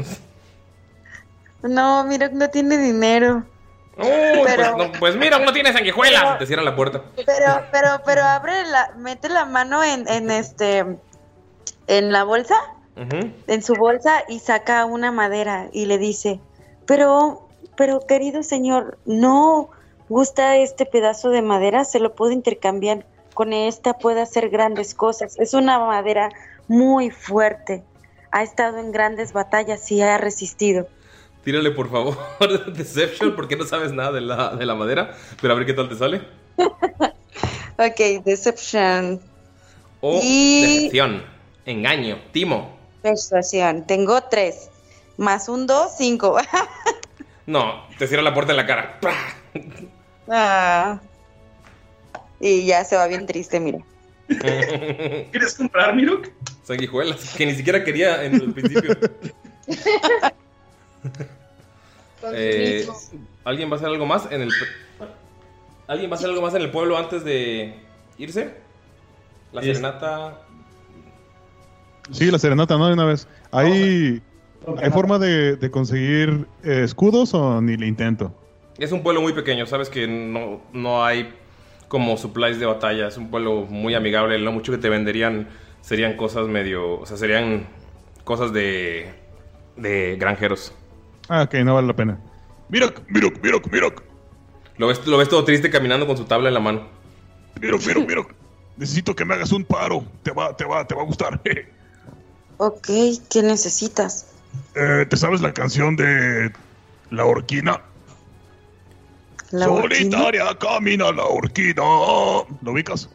No, mira, no tiene dinero. Uy, Pero- pues, no, pues mira, uno tiene sanguijuelas. Pero- Te cierran la puerta. Pero, pero, pero abre la, mete la mano en, en este, en la bolsa, Ujú. en su bolsa y saca una madera y le dice, pero, pero querido señor, ¿no gusta este pedazo de madera? Se lo puedo intercambiar con esta, puede hacer grandes cosas. Es una madera muy fuerte. Ha estado en grandes batallas y ha resistido. Tírale, por favor, Deception, porque no sabes nada de la, de la madera. Pero a ver qué tal te sale. Ok, Deception. O Y- decepción, engaño, timo. Persuasión. Tengo tres. Más un dos, cinco. No, te cierra la puerta en la cara. ¡Pah! Ah. Y ya se va bien triste, mira. ¿Quieres comprar, Mirok? Sanguijuelas, que ni siquiera quería en el principio. eh, ¿Alguien va a hacer algo más en el ¿Alguien va a hacer algo más en el pueblo antes de irse? La Sí. serenata. Sí, la serenata, ¿no? De una vez. ¿Hay, ¿hay forma de, de conseguir eh, escudos o ni le intento? Es un pueblo muy pequeño, sabes que no, no hay como supplies de batalla. Es un pueblo muy amigable. Lo mucho que te venderían serían cosas medio... O sea, serían cosas de... de granjeros. Ah, ok, no vale la pena. Mirok, Mirok, Mirok, Mirok. Lo ves, lo ves todo triste caminando con su tabla en la mano. Mirok, Mirok, Mirok. Necesito que me hagas un paro. Te va, te va, te va a gustar. Ok, ¿qué necesitas? Eh, ¿Te sabes la canción de La Orquina? ¿La Solitaria camina la orquídea. ¿Lo ubicas?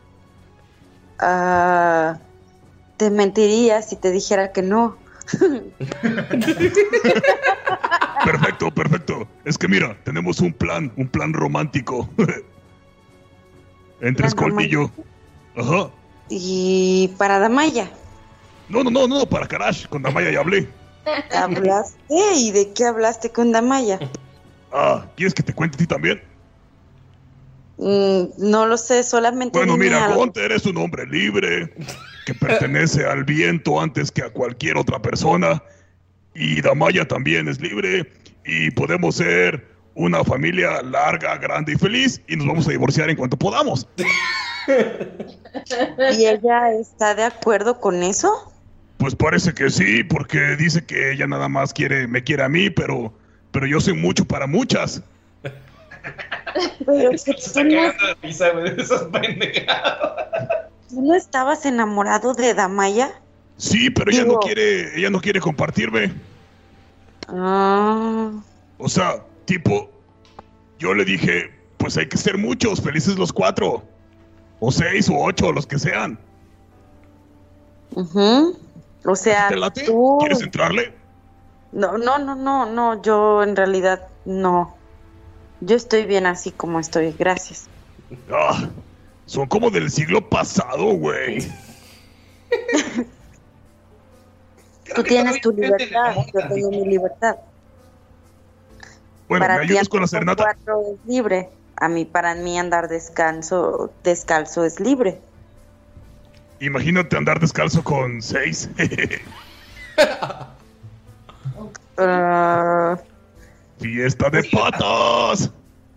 Ah, te mentiría si te dijera que no. Perfecto, perfecto. Es que mira, tenemos un plan, un plan romántico. Entre ¿Plan Skull y yo. Ajá. Y para Damaya. No, no, no, no, para Karash. Con Damaya ya hablé. ¿Hablaste? ¿Y de qué hablaste con Damaya? Ah, ¿quieres que te cuente a ti también? Mm, no lo sé, solamente. Bueno, dime mira, algo. Gunter es un hombre libre que pertenece al viento antes que a cualquier otra persona. Y Damaya también es libre. Y podemos ser una familia larga, grande y feliz. Y nos vamos a divorciar en cuanto podamos. ¿Y ella está de acuerdo con eso? Pues parece que sí, porque dice que ella nada más quiere, me quiere a mí, pero, pero yo soy mucho para muchas. Pero Se está cagando de risa, güey, de esas pendejadas. ¿tú no estabas enamorado de Damaya? Sí, pero ella Digo- no quiere, ella no quiere compartirme. Ah, O sea, tipo, yo le dije, pues hay que ser muchos, felices los cuatro. O seis o ocho, los que sean. ujú. O sea, ¿Te late? tú... ¿Quieres entrarle? No, no, no, no, no, yo en realidad no. Yo estoy bien así como estoy, gracias. Ah, son como del siglo pasado, güey. Tú tienes tu libertad, yo tengo mi libertad. Bueno, Para ¿me ti ayudas con la andar serenata? cuatro es libre. A mí, para mí andar descanso, descalzo es libre. Imagínate andar descalzo con seis. Ah, Fiesta de patas.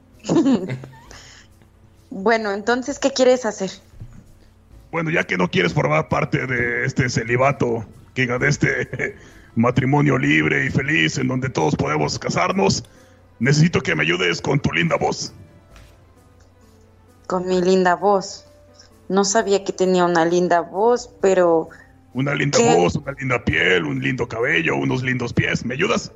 bueno, entonces, ¿qué quieres hacer? Bueno, ya que no quieres formar parte de este celibato, que diga, de este matrimonio libre y feliz en donde todos podemos casarnos, necesito que me ayudes con tu linda voz. Con mi linda voz. No sabía que tenía una linda voz, pero... Una linda ¿Qué? voz, una linda piel, un lindo cabello, unos lindos pies. ¿Me ayudas?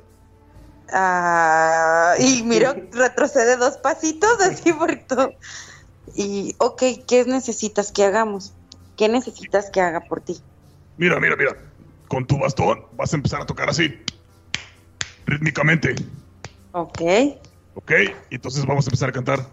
Ah, y miro, retrocede dos pasitos así por todo. Y, ok, ¿qué necesitas que hagamos? ¿Qué necesitas que haga por ti? Mira, mira, mira. Con tu bastón vas a empezar a tocar así. Rítmicamente. Ok, ¿Ok? Y entonces vamos a empezar a cantar.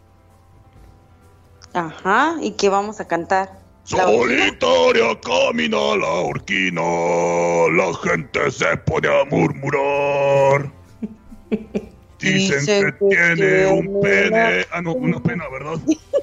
ajá, ¿y qué vamos a cantar? ¿La orquídea? Solitaria camina la orquina, la gente se pone a murmurar. Dicen Dicen que que tiene tiene un pene. una- Ah, no, una pena, ¿verdad?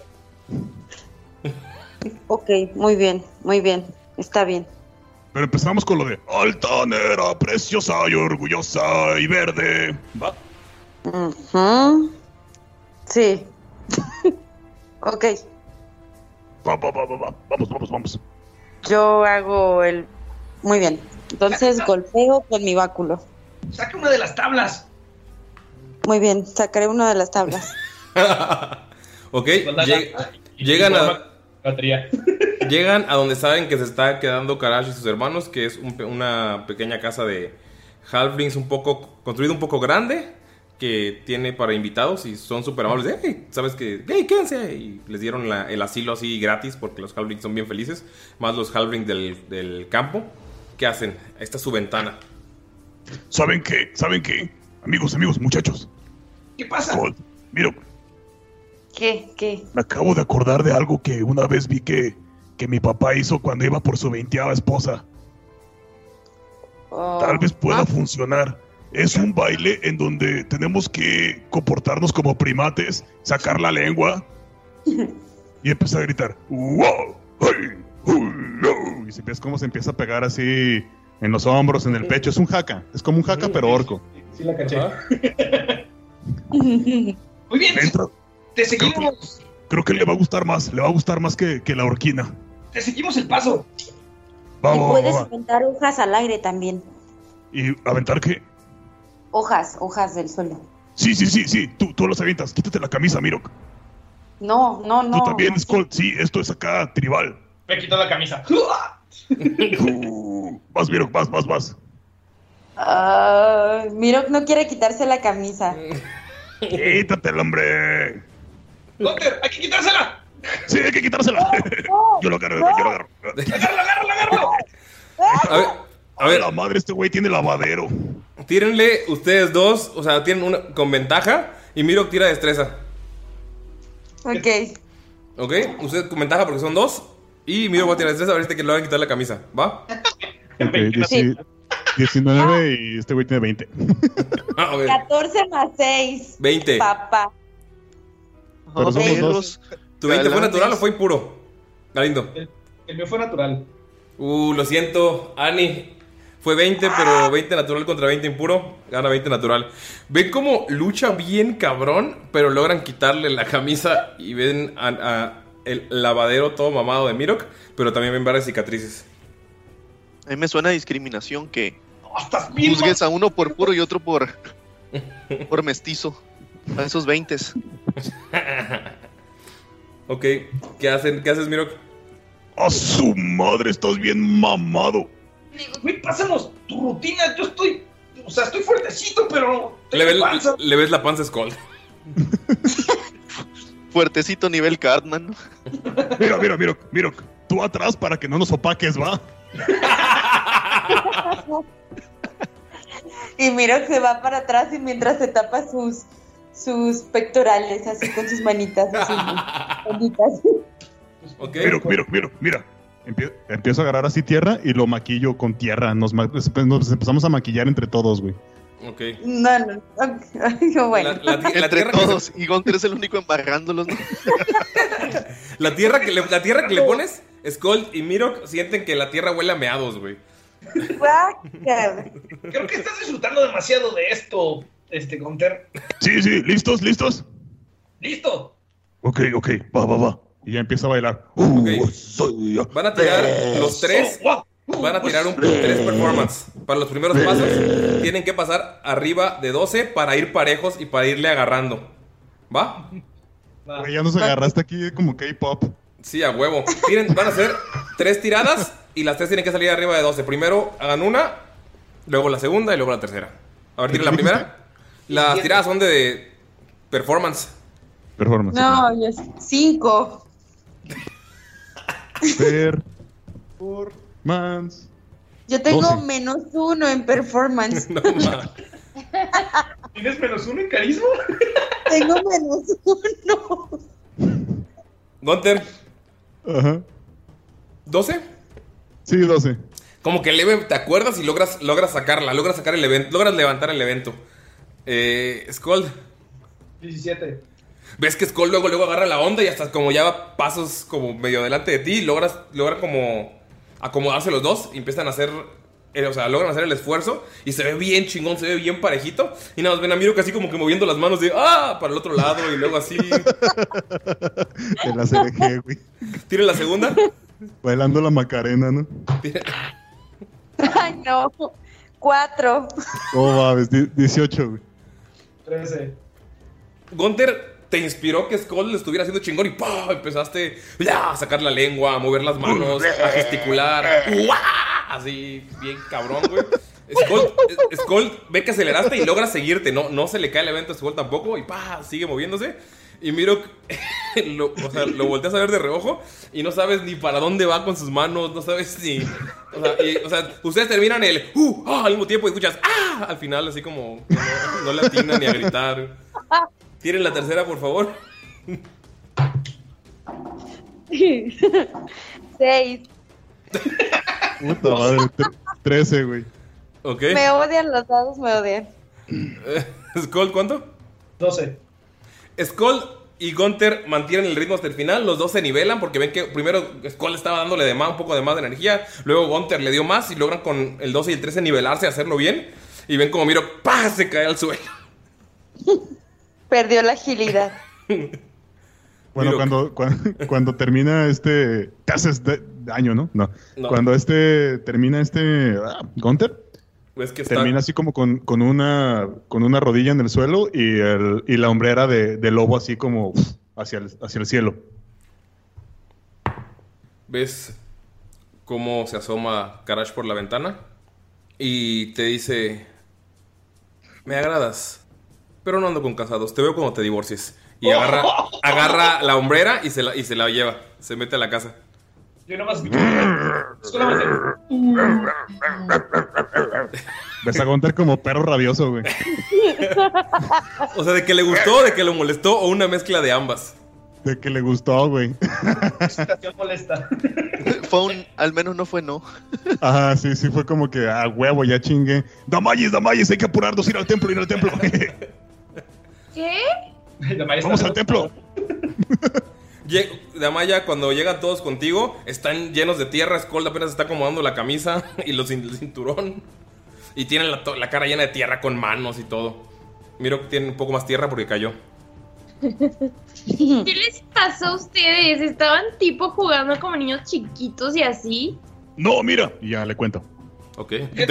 Ok, muy bien, muy bien, está bien. Pero empezamos con lo de altanera, preciosa y orgullosa y verde. ¿Va? Ujú. Sí. Ok, Va, va, va, va, va. Vamos, vamos, vamos. yo hago el... Muy bien, entonces golpeo con mi báculo. Saca una de las tablas. Muy bien, sacaré una de las tablas. Ok, lleg- llegan a... Batería. Llegan a donde saben que se está quedando Karash y sus hermanos, que es un pe- una pequeña casa de halflings un poco construida, un poco grande, que tiene para invitados y son súper amables. De, hey, sabes que, hey, quédense. Y les dieron la- el asilo así gratis porque los halflings son bien felices, más los halflings del, del campo. ¿Qué hacen? Esta es su ventana. ¿Saben qué? ¿Saben qué? Amigos, amigos, muchachos. ¿Qué pasa? Gold, mira, ¿Qué? ¿Qué? Me acabo de acordar de algo que una vez vi que, que mi papá hizo cuando iba por su veinteava esposa. Oh. Tal vez pueda Ah. funcionar. Es un baile en donde tenemos que comportarnos como primates, sacar la lengua y empezar a gritar ¡wow! ¡Hey! Y se empieza, como se empieza a pegar así en los hombros, en el pecho. Es un jaca. Es como un jaca, pero orco. Sí, la caché. Muy bien. Entra. Te seguimos. Creo que le va a gustar más. Le va a gustar más que, que la orquina. Te seguimos el paso. Y Vamos, puedes vamos, aventar hojas al aire también. ¿Y aventar qué? Hojas, hojas del suelo. Sí, sí, sí, sí. Tú, tú las avientas. Quítate la camisa, Mirok. No, no, no. Tú también, no. Skull. Sí, esto es acá tribal. Me quitó la camisa. Uh, vas, Mirok, vas, vas, vas. Ah, Mirok no quiere quitarse la camisa. Quítatela, hombre. Gunter, hay que quitársela. Sí, hay que quitársela. Yo lo agarro, no. yo lo agarro. Agárralo, agárralo, agárralo. A ver, a ver, la madre, este güey tiene lavadero. tírenle ustedes dos, o sea, tienen una con ventaja y Mirok tira destreza. Ok. ¿Ok? Ustedes con ventaja porque son dos y Mirok va a tirar destreza a ver si te le van a quitar la camisa. ¿Va? Ok, dieci- diecinueve y este güey tiene veinte. A ver, catorce más seis. veinte. Papá. Pero somos dos. ¿Tu veinte fue Galanes. natural o fue impuro? Galindo. El, el mío fue natural. Uh, lo siento, Ani. Fue veinte, pero veinte natural contra veinte impuro. Gana veinte natural. Ven cómo lucha bien cabrón, pero logran quitarle la camisa y ven a, a el lavadero todo mamado de Mirok, pero también ven varias cicatrices. A mí me suena a discriminación que Oh, estás bien, juzgues a uno por puro y otro por, por mestizo. A esos veintes. Ok, ¿qué hacen? ¿Qué haces, Mirok? A su madre, estás bien mamado. Güey, pásanos tu rutina. Yo estoy. O sea, estoy fuertecito, pero. Le, tengo ves- panza. le ves la panza a Skull. Fuertecito nivel Cartman. Mira, mira, mira, mira. Tú atrás para que no nos opaques, ¿va? Y Mirok se va para atrás y mientras se tapa sus sus pectorales así con sus manitas así. bonitas. Ok. Mira, mira, mira, mira. Empie- empiezo a agarrar así tierra y lo maquillo con tierra. Nos, ma- nos empezamos a maquillar entre todos, güey. Ok. No, no. no. Bueno. La, la ti- la Entre tierra que todos. Y Gunter es el único embarrándolos, ¿no? La tierra que le, la tierra que le pones, Skull y Mirok sienten que la tierra huele a meados, güey. Guácala. Creo que estás disfrutando demasiado de esto, este, Gunter. Sí, sí, ¿listos, listos? ¡Listo! Ok, ok, va, va, va. Y ya empiezo a bailar. Ok. Uh, soy- Van a tirar los tres. Van a tirar un tres performance. Para los primeros pasos, tienen que pasar arriba de doce para ir parejos y para irle agarrando. ¿Va? Va. Güey, ya nos agarraste aquí como K-pop. Sí, a huevo. Tienen, van a hacer tres tiradas y las tres tienen que salir arriba de doce. Primero hagan una, luego la segunda y luego la tercera. A ver, tiren la primera. Las tiradas son de performance. Performance. No, yo cinco. Performance. Yo tengo doce. menos uno en performance. No, ma. ¿Tienes menos uno en carisma? Tengo menos uno. Gunter, Ajá. ¿doce? Sí, doce. Como que leve, te acuerdas y logras, logras sacarla, logras sacar el evento, logras levantar el evento. Eh, Skull, diecisiete. ves que Skull luego, luego agarra la onda y hasta como ya va pasos como medio delante de ti, logras, logran como acomodarse los dos y empiezan a hacer, eh, o sea, logran hacer el esfuerzo y se ve bien chingón, se ve bien parejito y nada más ven a Miro casi como que moviendo las manos de ¡ah! Para el otro lado y luego así. De la C D G, güey. Tira la segunda. Bailando la Macarena, ¿no? Tira- Ay, no. Cuatro. Oh, va, ves, die- dieciocho, güey. trece. Gunter te inspiró que Skull le estuviera haciendo chingón y ¡pah! Empezaste ya, a sacar la lengua, a mover las manos, a gesticular. ¡Uah! Así, bien cabrón, güey. Skull, Skull ve que aceleraste y logra seguirte. No, no se le cae el evento a Skull tampoco y ¡pah! Sigue moviéndose. Y Mirok lo, o sea, lo volteas a ver de reojo y no sabes ni para dónde va con sus manos, no sabes ni... O sea, y, o sea ustedes terminan el ¡uh! ¡Ah! Al mismo tiempo y escuchas ¡ah! Al final así como que no, no le atinan ni a gritar. Tiren la tercera, por favor. Seis. Puta madre, tre- trece, güey. Ok. Me odian los dados, me odian. ¿Skull cuánto? doce. Skull y Gunther mantienen el ritmo hasta el final. Los dos se nivelan porque ven que primero Skull estaba dándole de más, un poco de más de energía. Luego Gunther le dio más y logran con el doce y el trece nivelarse, hacerlo bien. Y ven como Miro, ¡pah!, se cae al suelo. Perdió la agilidad. Bueno, Miro. cuando, cuando, cuando termina este... Te haces de- daño, ¿no? ¿no? No. Cuando este... Termina este... ah, Gunther... Ves que está... Termina así como con, con una con una rodilla en el suelo y, el, y la hombrera de, de lobo así como uf, hacia el, hacia el cielo. Ves cómo se asoma Karash por la ventana y te dice: me agradas, pero no ando con casados, te veo cuando te divorcies. Y agarra, agarra la hombrera y se la, y se la lleva, se mete a la casa. Yo nomás escucho. Solamente. Ves a Gunther como perro rabioso, güey. O sea, de que le gustó, de que le molestó o una mezcla de ambas. De que le gustó, güey. Situación molesta. Fue un, al menos no fue no. Ajá, sí, sí, fue como que, ah, huevo, ya chingue. Damayis, Damayis, hay que apurarnos, ir al templo, ir al templo. ¿Qué? Vamos al templo. Lle- Damaya, cuando llegan todos contigo, están llenos de tierra. Skull apenas está acomodando la camisa y los cin- el cinturón. Y tienen la, to- la cara llena de tierra con manos y todo. Miro que tienen un poco más tierra porque cayó. ¿Qué les pasó a ustedes? ¿Estaban tipo jugando como niños chiquitos y así? No, mira. Y ya le cuento. Ok.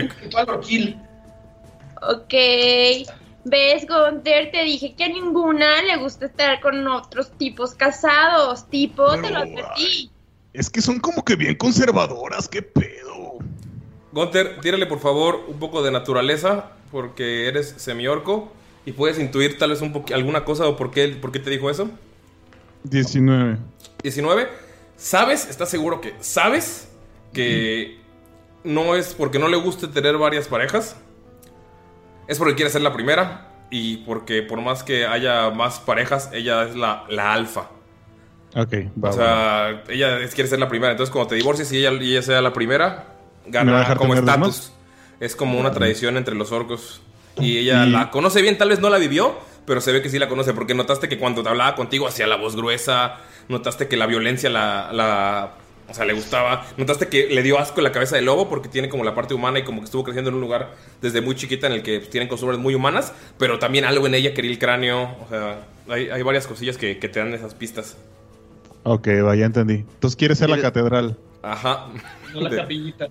Ok. ¿Ves, Gunther? Te dije que a ninguna le gusta estar con otros tipos casados. Tipo, te lo advertí. Es que son como que bien conservadoras, qué pedo. Gunther, tírale por favor un poco de naturaleza porque eres semiorco y puedes intuir tal vez un poqu- alguna cosa o por qué, por qué te dijo eso. diecinueve. diecinueve. ¿Sabes? ¿Estás seguro que sabes que no es porque no le guste tener varias parejas? Es porque quiere ser la primera y porque por más que haya más parejas, ella es la, la alfa. Ok, va, O sea, ella es- quiere ser la primera. Entonces cuando te divorcies y ella, y ella sea la primera, ¿Me va a gana dejar como tener dos estatus. Es como una tradición entre los orcos. Y ella Y- la conoce bien, tal vez no la vivió, pero se ve que sí la conoce. Porque notaste que cuando te hablaba contigo hacía la voz gruesa. Notaste que la violencia la, la... O sea, le gustaba. Notaste que le dio asco en la cabeza del lobo porque tiene como la parte humana y como que estuvo creciendo en un lugar desde muy chiquita en el que pues, tienen costumbres muy humanas. Pero también algo en ella quería el cráneo. O sea, hay, hay varias cosillas que, que te dan esas pistas. Ok, va, ya entendí. Entonces quieres ser la catedral. Ajá. No la De- capillita.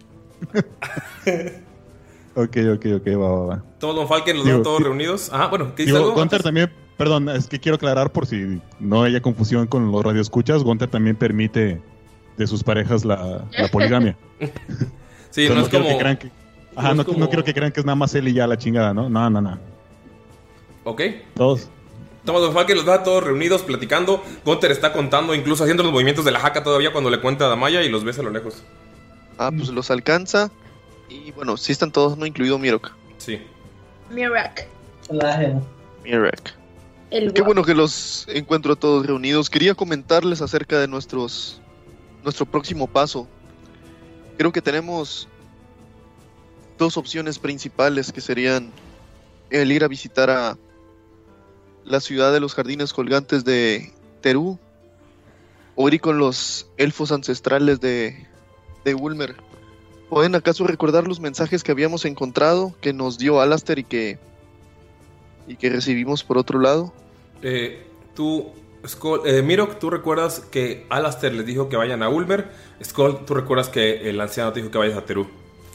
Ok, ok, ok, va, va, va. Todos Don Falken, los Digo, veo todos di- reunidos. Ah, bueno, ¿qué dice Digo, algo? Gunther también, perdón, es que quiero aclarar por si no haya confusión con los radioescuchas, Gunther también permite de sus parejas la, la poligamia. Sí, Entonces, no es quiero como... que crean que, ajá, no es no, como- no quiero que crean que es nada más él y ya la chingada, ¿no? No, no, no. Ok. Todos. Toma Don Falken, los ve a todos reunidos platicando. Gunther está contando, incluso haciendo los movimientos de la jaca todavía cuando le cuenta a Damaya y los ves a lo lejos. Ah, pues los alcanza. Y bueno, sí están todos, no incluido Mirok. Sí. Mirak. Mirok. El Qué guapo. bueno que los encuentro a todos reunidos. Quería comentarles acerca de nuestros nuestro próximo paso. Creo que tenemos dos opciones principales que serían el ir a visitar a la ciudad de los jardines colgantes de Terú o ir con los elfos ancestrales de, de Ulmer. ¿Pueden acaso recordar los mensajes que habíamos encontrado que nos dio Alastair y que y que recibimos por otro lado? Eh, tú, Skull, eh, Mirok, tú recuerdas que Alastair les dijo que vayan a Ulmer. Skull, tú recuerdas que el anciano te dijo que vayas a Terú.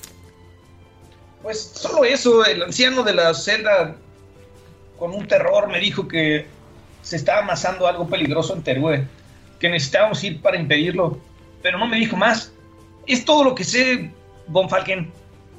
Pues solo eso, el anciano de la celda con un terror me dijo que se estaba amasando algo peligroso en Teruel, que necesitábamos ir para impedirlo, pero no me dijo más. Es todo lo que sé, Von Falken.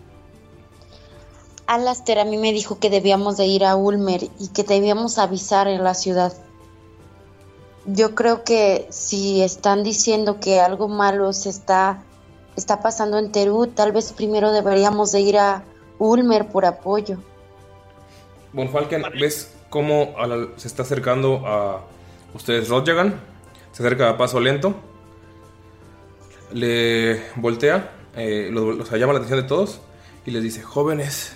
Alastair a mí me dijo que debíamos de ir a Ulmer y que debíamos avisar en la ciudad. Yo creo que si están diciendo que algo malo se está, está pasando en Terú, tal vez primero deberíamos de ir a Ulmer por apoyo. Von Falken, ¿ves cómo a la- se está acercando a ustedes Rodjagan? Se acerca a paso lento. le voltea, eh, los, o sea, llama la atención de todos y les dice: jóvenes,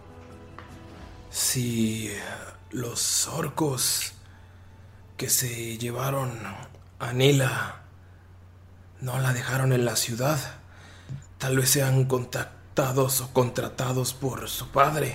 si los orcos que se llevaron a Nila no la dejaron en la ciudad, tal vez sean contactados o contratados por su padre.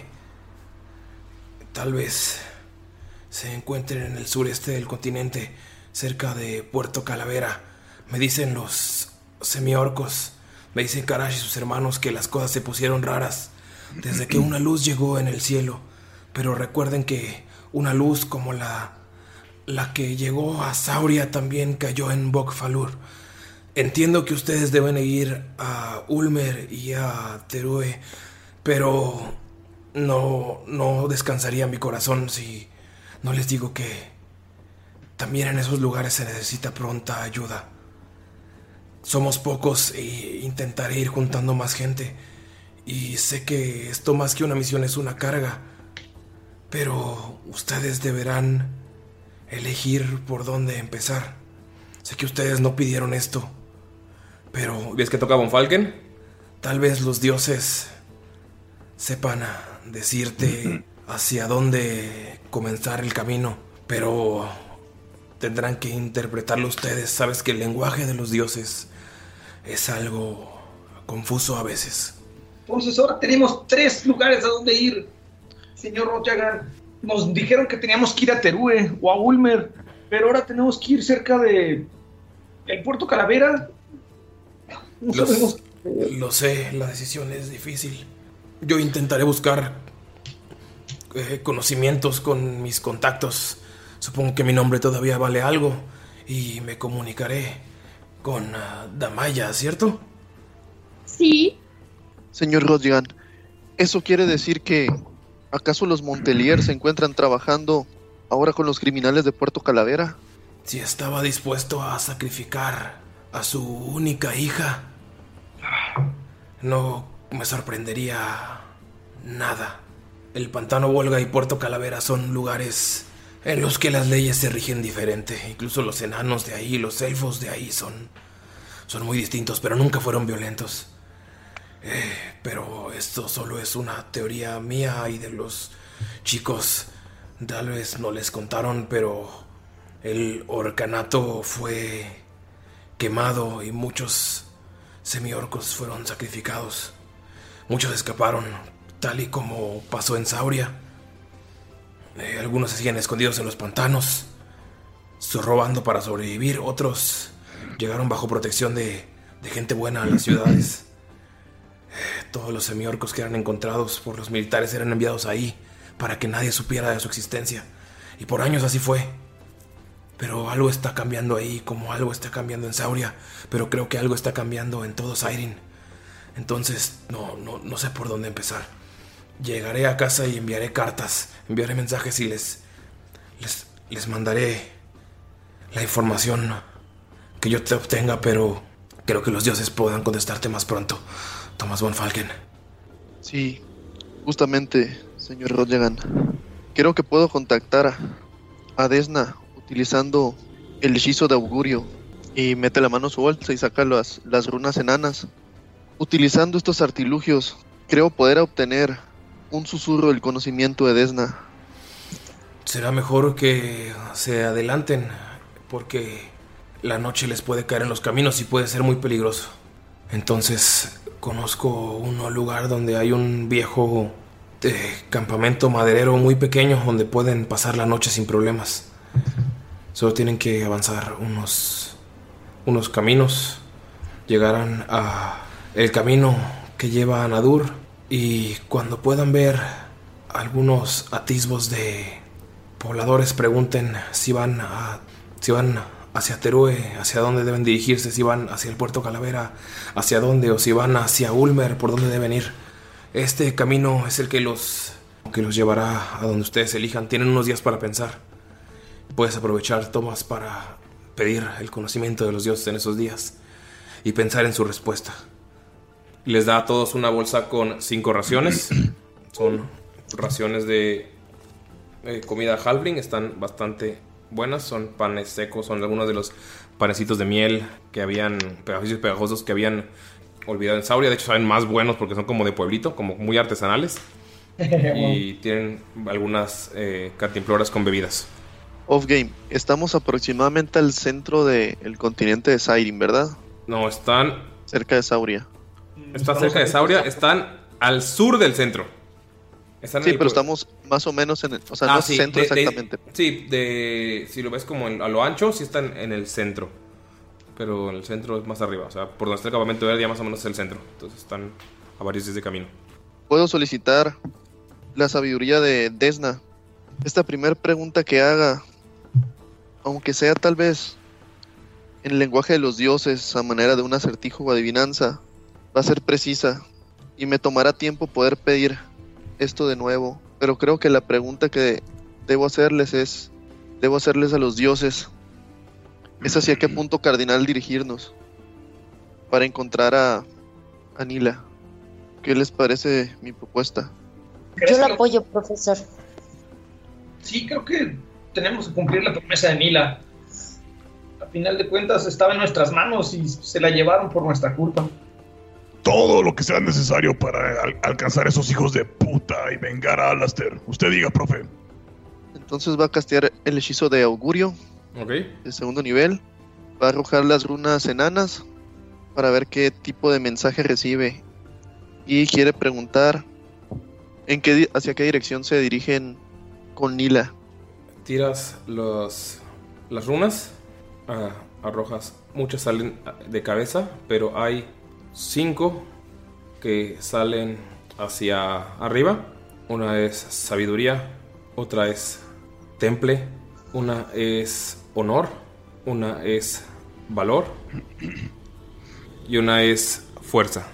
Tal vez se encuentren en el sureste del continente, cerca de Puerto Calavera. Me dicen los semiorcos, me dicen Karash y sus hermanos que las cosas se pusieron raras desde que una luz llegó en el cielo. Pero recuerden que una luz como la, la que llegó a Sauria también cayó en Bokfalur. Entiendo que ustedes deben ir a Ulmer y a Terue, pero no, no descansaría mi corazón si no les digo que también en esos lugares se necesita pronta ayuda. Somos pocos e intentaré ir juntando más gente. Y sé que esto más que una misión es una carga, pero ustedes deberán elegir por dónde empezar. Sé que ustedes no pidieron esto, pero ¿ves que toca Von Falken? Tal vez los dioses sepan decirte hacia dónde comenzar el camino, pero tendrán que interpretarlo ustedes. Sabes que el lenguaje de los dioses es algo confuso a veces. Entonces ahora tenemos tres lugares a donde ir, señor Rodjagan. Nos dijeron que teníamos que ir a Terue o a Ulmer, pero ahora tenemos que ir cerca de el Puerto Calavera. No Los, sabemos. Lo sé, la decisión es difícil. Yo intentaré buscar eh, conocimientos con mis contactos. Supongo que mi nombre todavía vale algo y me comunicaré con uh, Damaya, ¿cierto? Sí. Señor Rodjagan, ¿eso quiere decir que acaso los Montelier se encuentran trabajando ahora con los criminales de Puerto Calavera? Si estaba dispuesto a sacrificar a su única hija, no me sorprendería nada. El Pantano Volga y Puerto Calavera son lugares en los que las leyes se rigen diferente. Incluso los enanos de ahí, los elfos de ahí son, son muy distintos, pero nunca fueron violentos. Eh, pero esto solo es una teoría mía y de los chicos. Tal vez no les contaron, pero el orcanato fue quemado y muchos semiorcos fueron sacrificados. Muchos escaparon, tal y como pasó en Sauria. Eh, algunos se siguen escondidos en los pantanos, robando para sobrevivir. Otros llegaron bajo protección de, de gente buena a las ciudades. Todos los semiorcos que eran encontrados por los militares eran enviados ahí para que nadie supiera de su existencia. Y por años así fue. Pero algo está cambiando ahí, como algo está cambiando en Sauria. Pero creo que algo está cambiando en todo Sairin. Entonces no, no, no sé por dónde empezar. Llegaré a casa y enviaré cartas, enviaré mensajes y les, les, les mandaré la información que yo te obtenga, pero creo que los dioses puedan contestarte más pronto. Thomas Von Falken. Sí, justamente, señor Rodjagan. Creo que puedo contactar a, a Desna utilizando el hechizo de augurio y mete la mano a su bolsa y saca las, las runas enanas. Utilizando estos artilugios, creo poder obtener un susurro del conocimiento de Desna. Será mejor que se adelanten, porque la noche les puede caer en los caminos y puede ser muy peligroso. Entonces conozco un lugar donde hay un viejo eh, campamento maderero muy pequeño donde pueden pasar la noche sin problemas. Solo tienen que avanzar unos, unos caminos. Llegarán a el camino que lleva a Nadur, y cuando puedan ver algunos atisbos de pobladores, pregunten si van a, si van hacia Terue, hacia dónde deben dirigirse, si van hacia el Puerto Calavera, hacia dónde, o si van hacia Ulmer, por dónde deben ir. Este camino es el que los, que los llevará a donde ustedes elijan. Tienen unos días para pensar. Puedes aprovechar, Thomas, para pedir el conocimiento de los dioses en esos días y pensar en su respuesta. Les da a todos una bolsa con cinco raciones. Son raciones de eh, comida halfling. Están bastante buenas, son panes secos, son algunos de los panecitos de miel que habían, pegajosos pegajosos que habían olvidado en Sauria. De hecho saben más buenos porque son como de pueblito, como muy artesanales. Y tienen algunas eh, cantimploras con bebidas. Off game, estamos aproximadamente al centro del continente de Sairin, ¿verdad? No, están cerca de Sauria. Están cerca de Sauria, están al sur del centro. Están sí, en el... pero estamos más o menos en el... O sea, ah, no es sí, centro de, exactamente. De, sí, de, si lo ves como en, a lo ancho, sí están en el centro. Pero en el centro es más arriba. O sea, por donde está el campamento verde ya más o menos es el centro. Entonces están a varios días de camino. Puedo solicitar la sabiduría de Desna. Esta primera pregunta que haga, aunque sea tal vez en el lenguaje de los dioses, a manera de un acertijo o adivinanza, va a ser precisa. Y me tomará tiempo poder pedir esto de nuevo, pero creo que la pregunta que debo hacerles es, debo hacerles a los dioses, es hacia qué punto cardinal dirigirnos para encontrar a, a Nila. ¿Qué les parece mi propuesta? Yo lo apoyo, profesor. Sí, creo que tenemos que cumplir la promesa de Nila. A final de cuentas estaba en nuestras manos y se la llevaron por nuestra culpa. Todo lo que sea necesario para al- alcanzar esos hijos de puta y vengar a Alastair. Usted diga, profe. Entonces va a castear el hechizo de augurio. Ok. De segundo nivel. Va a arrojar las runas enanas para ver qué tipo de mensaje recibe. Y quiere preguntar en qué di- hacia qué dirección se dirigen con Nila. Tiras los, las runas, ah, arrojas, muchas salen de cabeza, pero hay cinco que salen hacia arriba. Una es sabiduría, otra es temple, una es honor, una es valor y una es fuerza.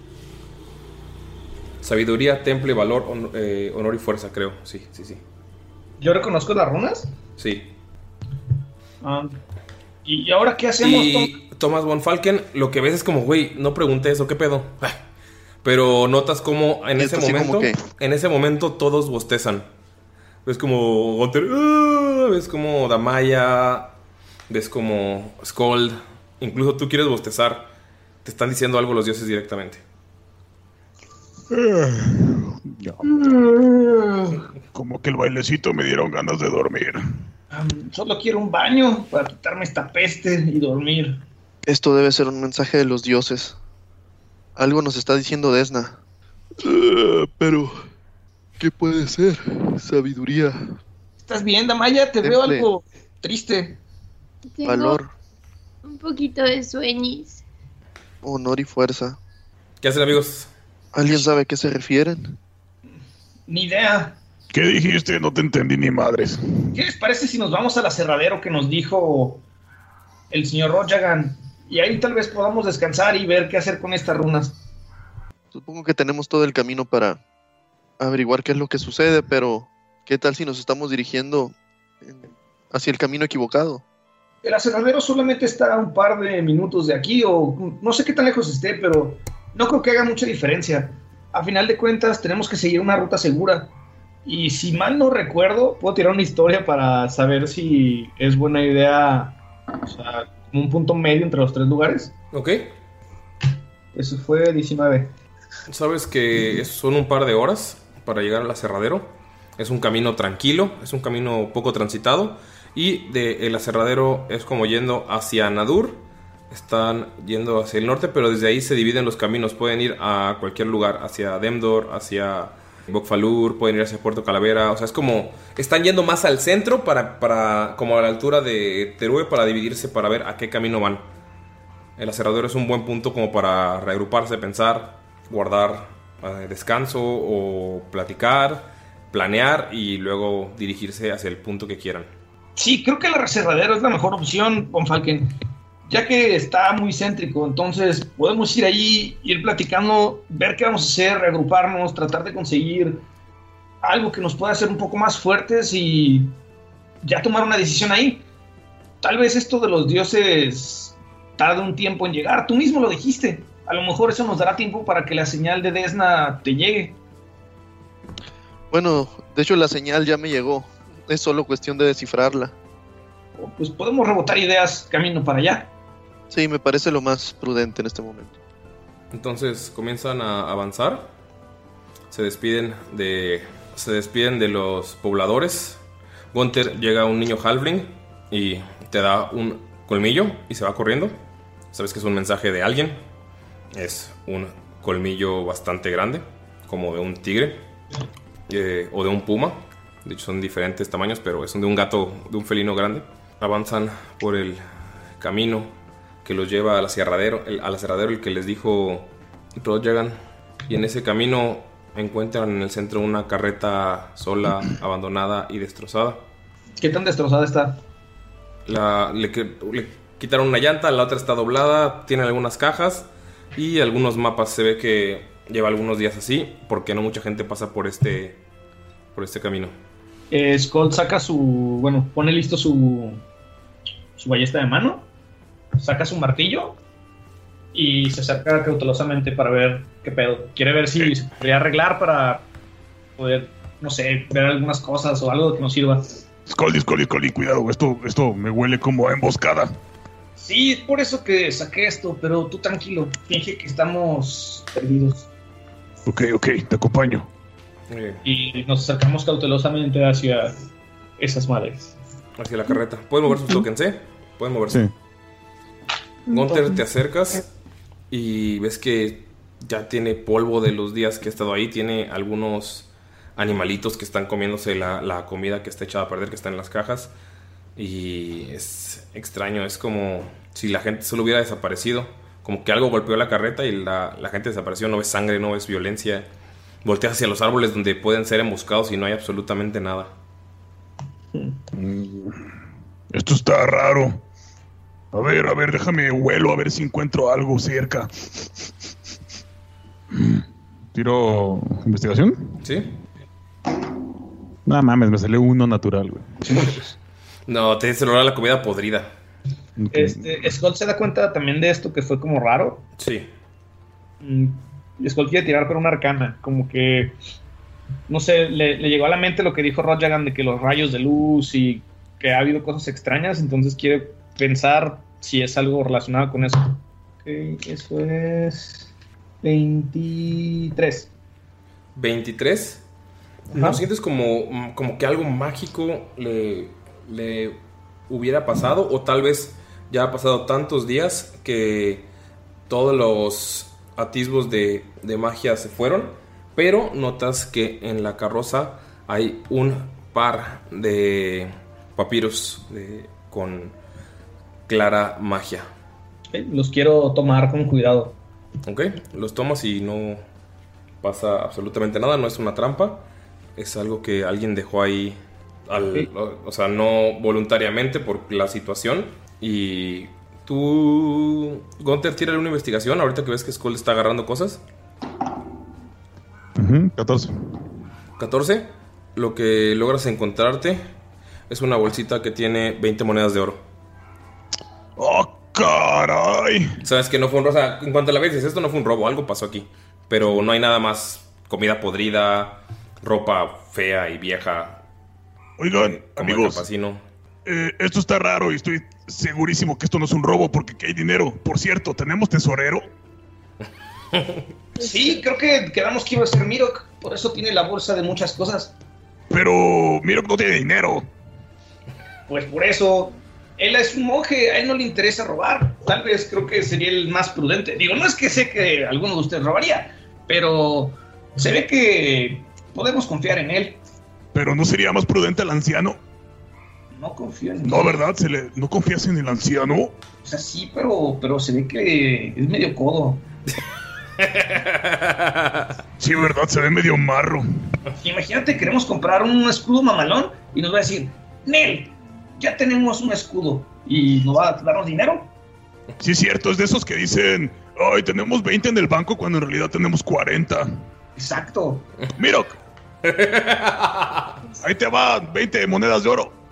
Sabiduría, temple, valor, hon- eh, honor y fuerza, creo. Sí, sí, sí. ¿Yo reconozco las runas? Sí. Ah, ¿Y ahora qué hacemos? Y Thomas von Falken, lo que ves es como, güey, no pregunté eso, ¿qué pedo? Pero notas como en ese así momento, como que- en ese momento todos bostezan. Ves como Gunter, "Ah", ves como Damaya, ves como Skold, incluso tú quieres bostezar. Te están diciendo algo los dioses directamente. Ya. Como que el bailecito me dieron ganas de dormir. Um, solo quiero un baño para quitarme esta peste y dormir. Esto debe ser un mensaje de los dioses. Algo nos está diciendo Desna. Uh, pero, ¿qué puede ser? Sabiduría. ¿Estás bien, Damaya? Te Temple. veo algo triste. Tengo Valor, un poquito de sueñis. honor y fuerza. ¿Qué hacen, amigos? ¿Alguien sabe a qué se refieren? Ni idea. ¿Qué dijiste? No te entendí ni madres. ¿Qué les parece si nos vamos al aserradero que nos dijo el señor Rojagan? Y ahí tal vez podamos descansar y ver qué hacer con estas runas. Supongo que tenemos todo el camino para averiguar qué es lo que sucede, pero ¿qué tal si nos estamos dirigiendo en- hacia el camino equivocado? El aserradero solamente está a un par de minutos de aquí, o no sé qué tan lejos esté, pero no creo que haga mucha diferencia. A final de cuentas, tenemos que seguir una ruta segura. Y si mal no recuerdo, puedo tirar una historia para saber si es buena idea, o sea, como un punto medio entre los tres lugares. Ok. Eso fue diecinueve. Sabes que es- son un par de horas para llegar al aserradero. Es un camino tranquilo, es un camino poco transitado. Y de el aserradero es como yendo hacia Nadur. Están yendo hacia el norte, pero desde ahí se dividen los caminos. Pueden ir a cualquier lugar, hacia Demdor, hacia Bokfalur, pueden ir hacia Puerto Calavera. O sea, es como están yendo más al centro para, para como a la altura de Terue para dividirse para ver a qué camino van. El aserradero es un buen punto como para reagruparse, pensar, guardar eh, descanso o platicar, planear y luego dirigirse hacia el punto que quieran. Sí, creo que el aserradero es la mejor opción, Von Falken, ya que está muy céntrico. Entonces podemos ir ahí, ir platicando, ver qué vamos a hacer, reagruparnos, tratar de conseguir algo que nos pueda hacer un poco más fuertes y ya tomar una decisión ahí. Tal vez esto de los dioses tarde un tiempo en llegar. Tú mismo lo dijiste. A lo mejor eso nos dará tiempo para que la señal de Desna te llegue. Bueno, de hecho la señal ya me llegó. Es solo cuestión de descifrarla. pues podemos rebotar ideas camino para allá. Sí, me parece lo más prudente en este momento. Entonces comienzan a avanzar. Se despiden de. Se despiden de los pobladores. Gunther, llega un niño halfling y te da un colmillo y se va corriendo. Sabes que es un mensaje de alguien. Es un colmillo bastante grande, como de un tigre eh, o de un puma. De hecho son diferentes tamaños, pero es de un gato, de un felino grande. Avanzan por el camino que los lleva al aserradero, el, al aserradero el que les dijo Rodjagan. Y en ese camino encuentran en el centro una carreta sola, abandonada y destrozada. ¿Qué tan destrozada está? La, le, le quitaron una llanta, la otra está doblada, tiene algunas cajas y algunos mapas. Se ve que lleva algunos días así, porque no mucha gente pasa por este, por este camino. Eh, Skull saca su, bueno, pone listo su, su ballesta de mano, saca su martillo y se acerca cautelosamente para ver qué pedo. Quiere ver si se podría arreglar para poder, no sé, ver algunas cosas o algo que nos sirva. Skull, Skull, Skull, cuidado, esto, esto me huele como a emboscada. Sí, es por eso que saqué esto, pero tú tranquilo, finge que estamos perdidos. Ok, ok, te acompaño. Y nos acercamos cautelosamente hacia esas madres. Hacia la carreta. ¿Pueden mover sus tokens, eh? Pueden moverse. Sí. Gunther, te acercas y ves que ya tiene polvo de los días que ha estado ahí. Tiene algunos animalitos que están comiéndose la, la comida que está echada a perder, que está en las cajas. Y es extraño, es como si la gente solo hubiera desaparecido. Como que algo golpeó la carreta y la, la gente desapareció. No ves sangre, no ves violencia. Volteas hacia los árboles donde pueden ser emboscados y no hay absolutamente nada. Esto está raro. A ver, a ver, déjame huelo a ver si encuentro algo cerca. ¿Tiro investigación? Sí. No mames, me salió uno natural, güey. No, te celular la comida podrida. Okay. Este, Skull se da cuenta también de esto que fue como raro. Sí. Mm, Skull quiere tirar por una arcana, como que, no sé, le, le llegó a la mente lo que dijo Rodjagan de que los rayos de luz y que ha habido cosas extrañas, entonces quiere pensar si es algo relacionado con eso. Ok, eso es veintitrés. ¿veintitrés? ¿No sientes como, como que algo mágico le, le hubiera pasado? O tal vez ya ha pasado tantos días que todos los atisbos de, de magia se fueron, pero notas que en la carroza hay un par de papiros de, con clara magia. Okay, los quiero tomar con cuidado. Ok, los tomas y no pasa absolutamente nada, no es una trampa, es algo que alguien dejó ahí, al, okay. o, o sea, no voluntariamente por la situación. Y tú, Gunther, tírale una investigación ahorita que ves que Skull está agarrando cosas. Uh-huh, catorce. catorce. Lo que logras encontrarte es una bolsita que tiene veinte monedas de oro. ¡Oh, caray! Sabes que no fue un robo. O sea, en cuanto a la ves, esto no fue un robo, algo pasó aquí. Pero no hay nada más. Comida podrida, ropa fea y vieja. Oigan, eh, amigos, eh, esto está raro y estoy segurísimo que esto no es un robo porque aquí hay dinero. Por cierto, ¿tenemos tesorero? Sí, creo que quedamos que iba a ser Mirok. Por eso tiene la bolsa de muchas cosas. Pero Mirok no tiene dinero. Pues por eso. Él es un monje, a él no le interesa robar. Tal vez creo que sería el más prudente. Digo, no es que sé que alguno de ustedes robaría, pero se ve que podemos confiar en él. ¿Pero no sería más prudente el anciano? No confío en él. No, ¿verdad? ¿Se le... ¿No confías en el anciano? O sea, sí, pero, pero se ve que es medio codo. Sí, ¿verdad? Se ve medio marro. Imagínate, queremos comprar un escudo mamalón y nos va a decir, Nel, ya tenemos un escudo y nos va a darnos dinero. Sí, es cierto, es de esos que dicen, ay, tenemos veinte en el banco cuando en realidad tenemos cuarenta. Exacto. Mirok. Ahí te va, veinte monedas de oro.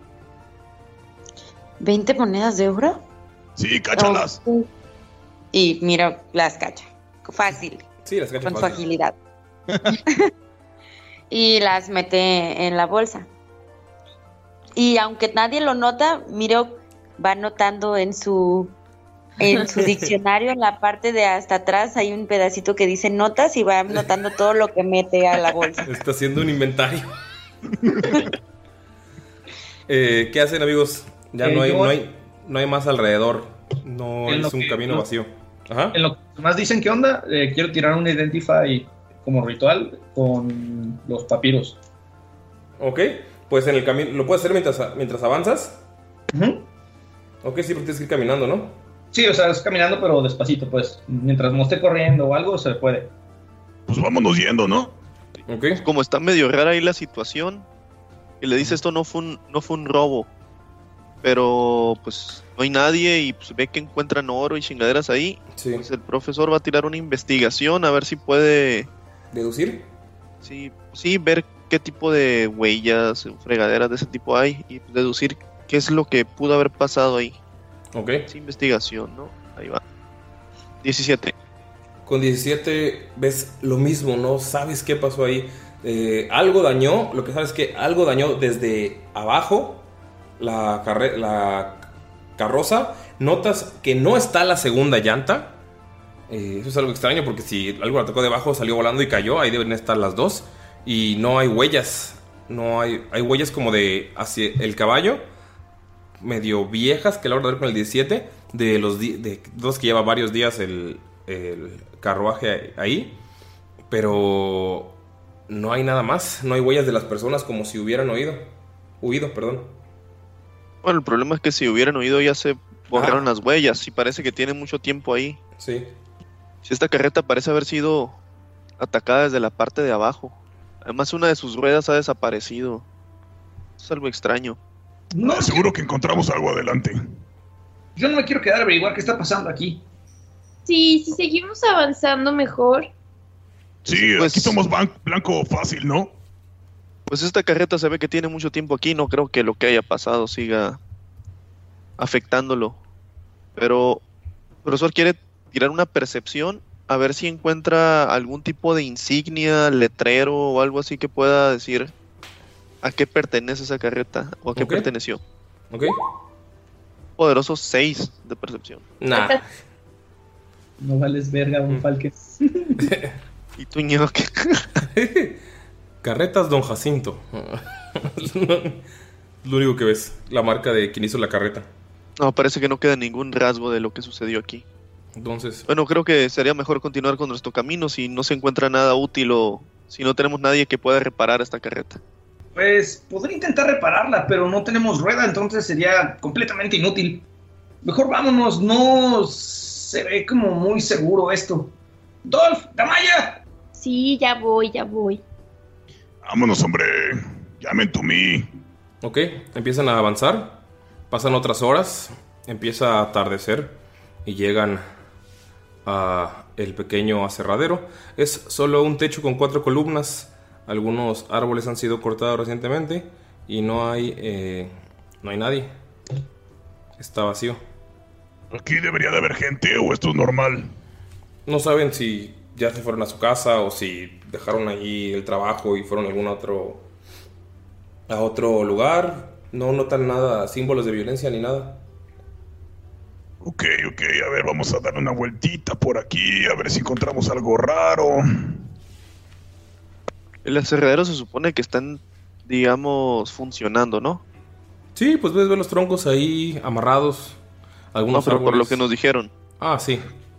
¿veinte monedas de oro? Sí, cáchalas. Oh, y mira, las cacha. Fácil. Sí, las cacha con fácil. su agilidad. Y las mete en la bolsa. y aunque nadie lo nota, Miro va notando en su en su diccionario, en la parte de hasta atrás, hay un pedacito que dice notas y va anotando todo lo que mete a la bolsa. Está haciendo un inventario. eh, ¿Qué hacen, amigos? Ya eh, no, hay, yo... no, hay, no hay más alrededor. No es un que, camino no, vacío. Ajá. En lo que más dicen, ¿qué onda? Eh, quiero tirar un Identify como ritual con los papiros. Ok, pues en el camino, ¿lo puedes hacer mientras, mientras avanzas? Uh-huh. Ok, sí, porque tienes que ir caminando, ¿no? Sí, o sea, es caminando, pero despacito, pues. Mientras no esté corriendo o algo, se puede. Pues vámonos yendo, ¿no? Ok. Como está medio rara ahí la situación, y le dice esto no fue un, no fue un robo, pero pues no hay nadie y pues, ve que encuentran oro y chingaderas ahí. Sí. Pues el profesor va a tirar una investigación a ver si puede... ¿Deducir? Sí, sí, ver qué tipo de huellas, fregaderas de ese tipo hay y deducir qué es lo que pudo haber pasado ahí. Ok. Es investigación, ¿no? Ahí va. diecisiete. Con diecisiete ves lo mismo, no sabes qué pasó ahí. Eh, algo dañó, lo que sabes es que algo dañó desde abajo la, carre- la carroza. Notas que no está la segunda llanta. Eh, eso es algo extraño porque si algo la tocó debajo, salió volando y cayó. Ahí deben estar las dos. Y no hay huellas. No hay, hay huellas como de hacia el caballo, medio viejas que logro ver con el diecisiete. De los di- de dos que lleva varios días el, el carruaje ahí. Pero no hay nada más. No hay huellas de las personas como si hubieran oído. Huido, perdón. Bueno, el problema es que si hubieran oído ya se borraron ah. las huellas. Y parece que tiene mucho tiempo ahí. Sí. Si esta carreta parece haber sido atacada desde la parte de abajo. Además una de sus ruedas ha desaparecido. Es algo extraño. No, seguro que encontramos algo adelante. Yo no me quiero quedar a averiguar qué está pasando aquí. Sí, si seguimos avanzando mejor. Sí, pues, aquí somos ban- blanco fácil, ¿no? Pues esta carreta se ve que tiene mucho tiempo aquí. No creo que lo que haya pasado siga afectándolo. Pero el profesor quiere tirar una percepción a ver si encuentra algún tipo de insignia, letrero o algo así que pueda decir a qué pertenece esa carreta o a qué okay. perteneció. Ok. Poderoso seis de percepción. Nah. No vales verga, un Falques. Y tu ñoque. Carretas Don Jacinto. Lo único que ves, la marca de quien hizo la carreta. No, parece que no queda ningún rasgo de lo que sucedió aquí. Entonces, bueno, creo que sería mejor continuar con nuestro camino si no se encuentra nada útil o si no tenemos nadie que pueda reparar esta carreta. Pues podría intentar repararla, pero no tenemos rueda, entonces sería completamente inútil. Mejor vámonos, no se ve como muy seguro esto. ¡Dolph! ¡Damaya! Sí, ya voy, ya voy. Vámonos, hombre. Llamen to me. Ok, empiezan a avanzar. Pasan otras horas. Empieza a atardecer. Y llegan a el pequeño aserradero. Es solo un techo con cuatro columnas. Algunos árboles han sido cortados recientemente. Y no hay eh, no hay nadie. Está vacío. ¿Aquí debería de haber gente o esto es normal? No saben si ya se fueron a su casa o si dejaron allí el trabajo y fueron a algún otro a otro lugar. No notan nada, símbolos de violencia ni nada. Ok, ok, a ver, vamos a dar una vueltita por aquí, a ver si encontramos algo raro. El aserradero se supone que están, digamos, funcionando, ¿no? Sí, pues ves, ves los troncos ahí amarrados. Algunos no, pero árboles. Por lo que nos dijeron. Ah, sí.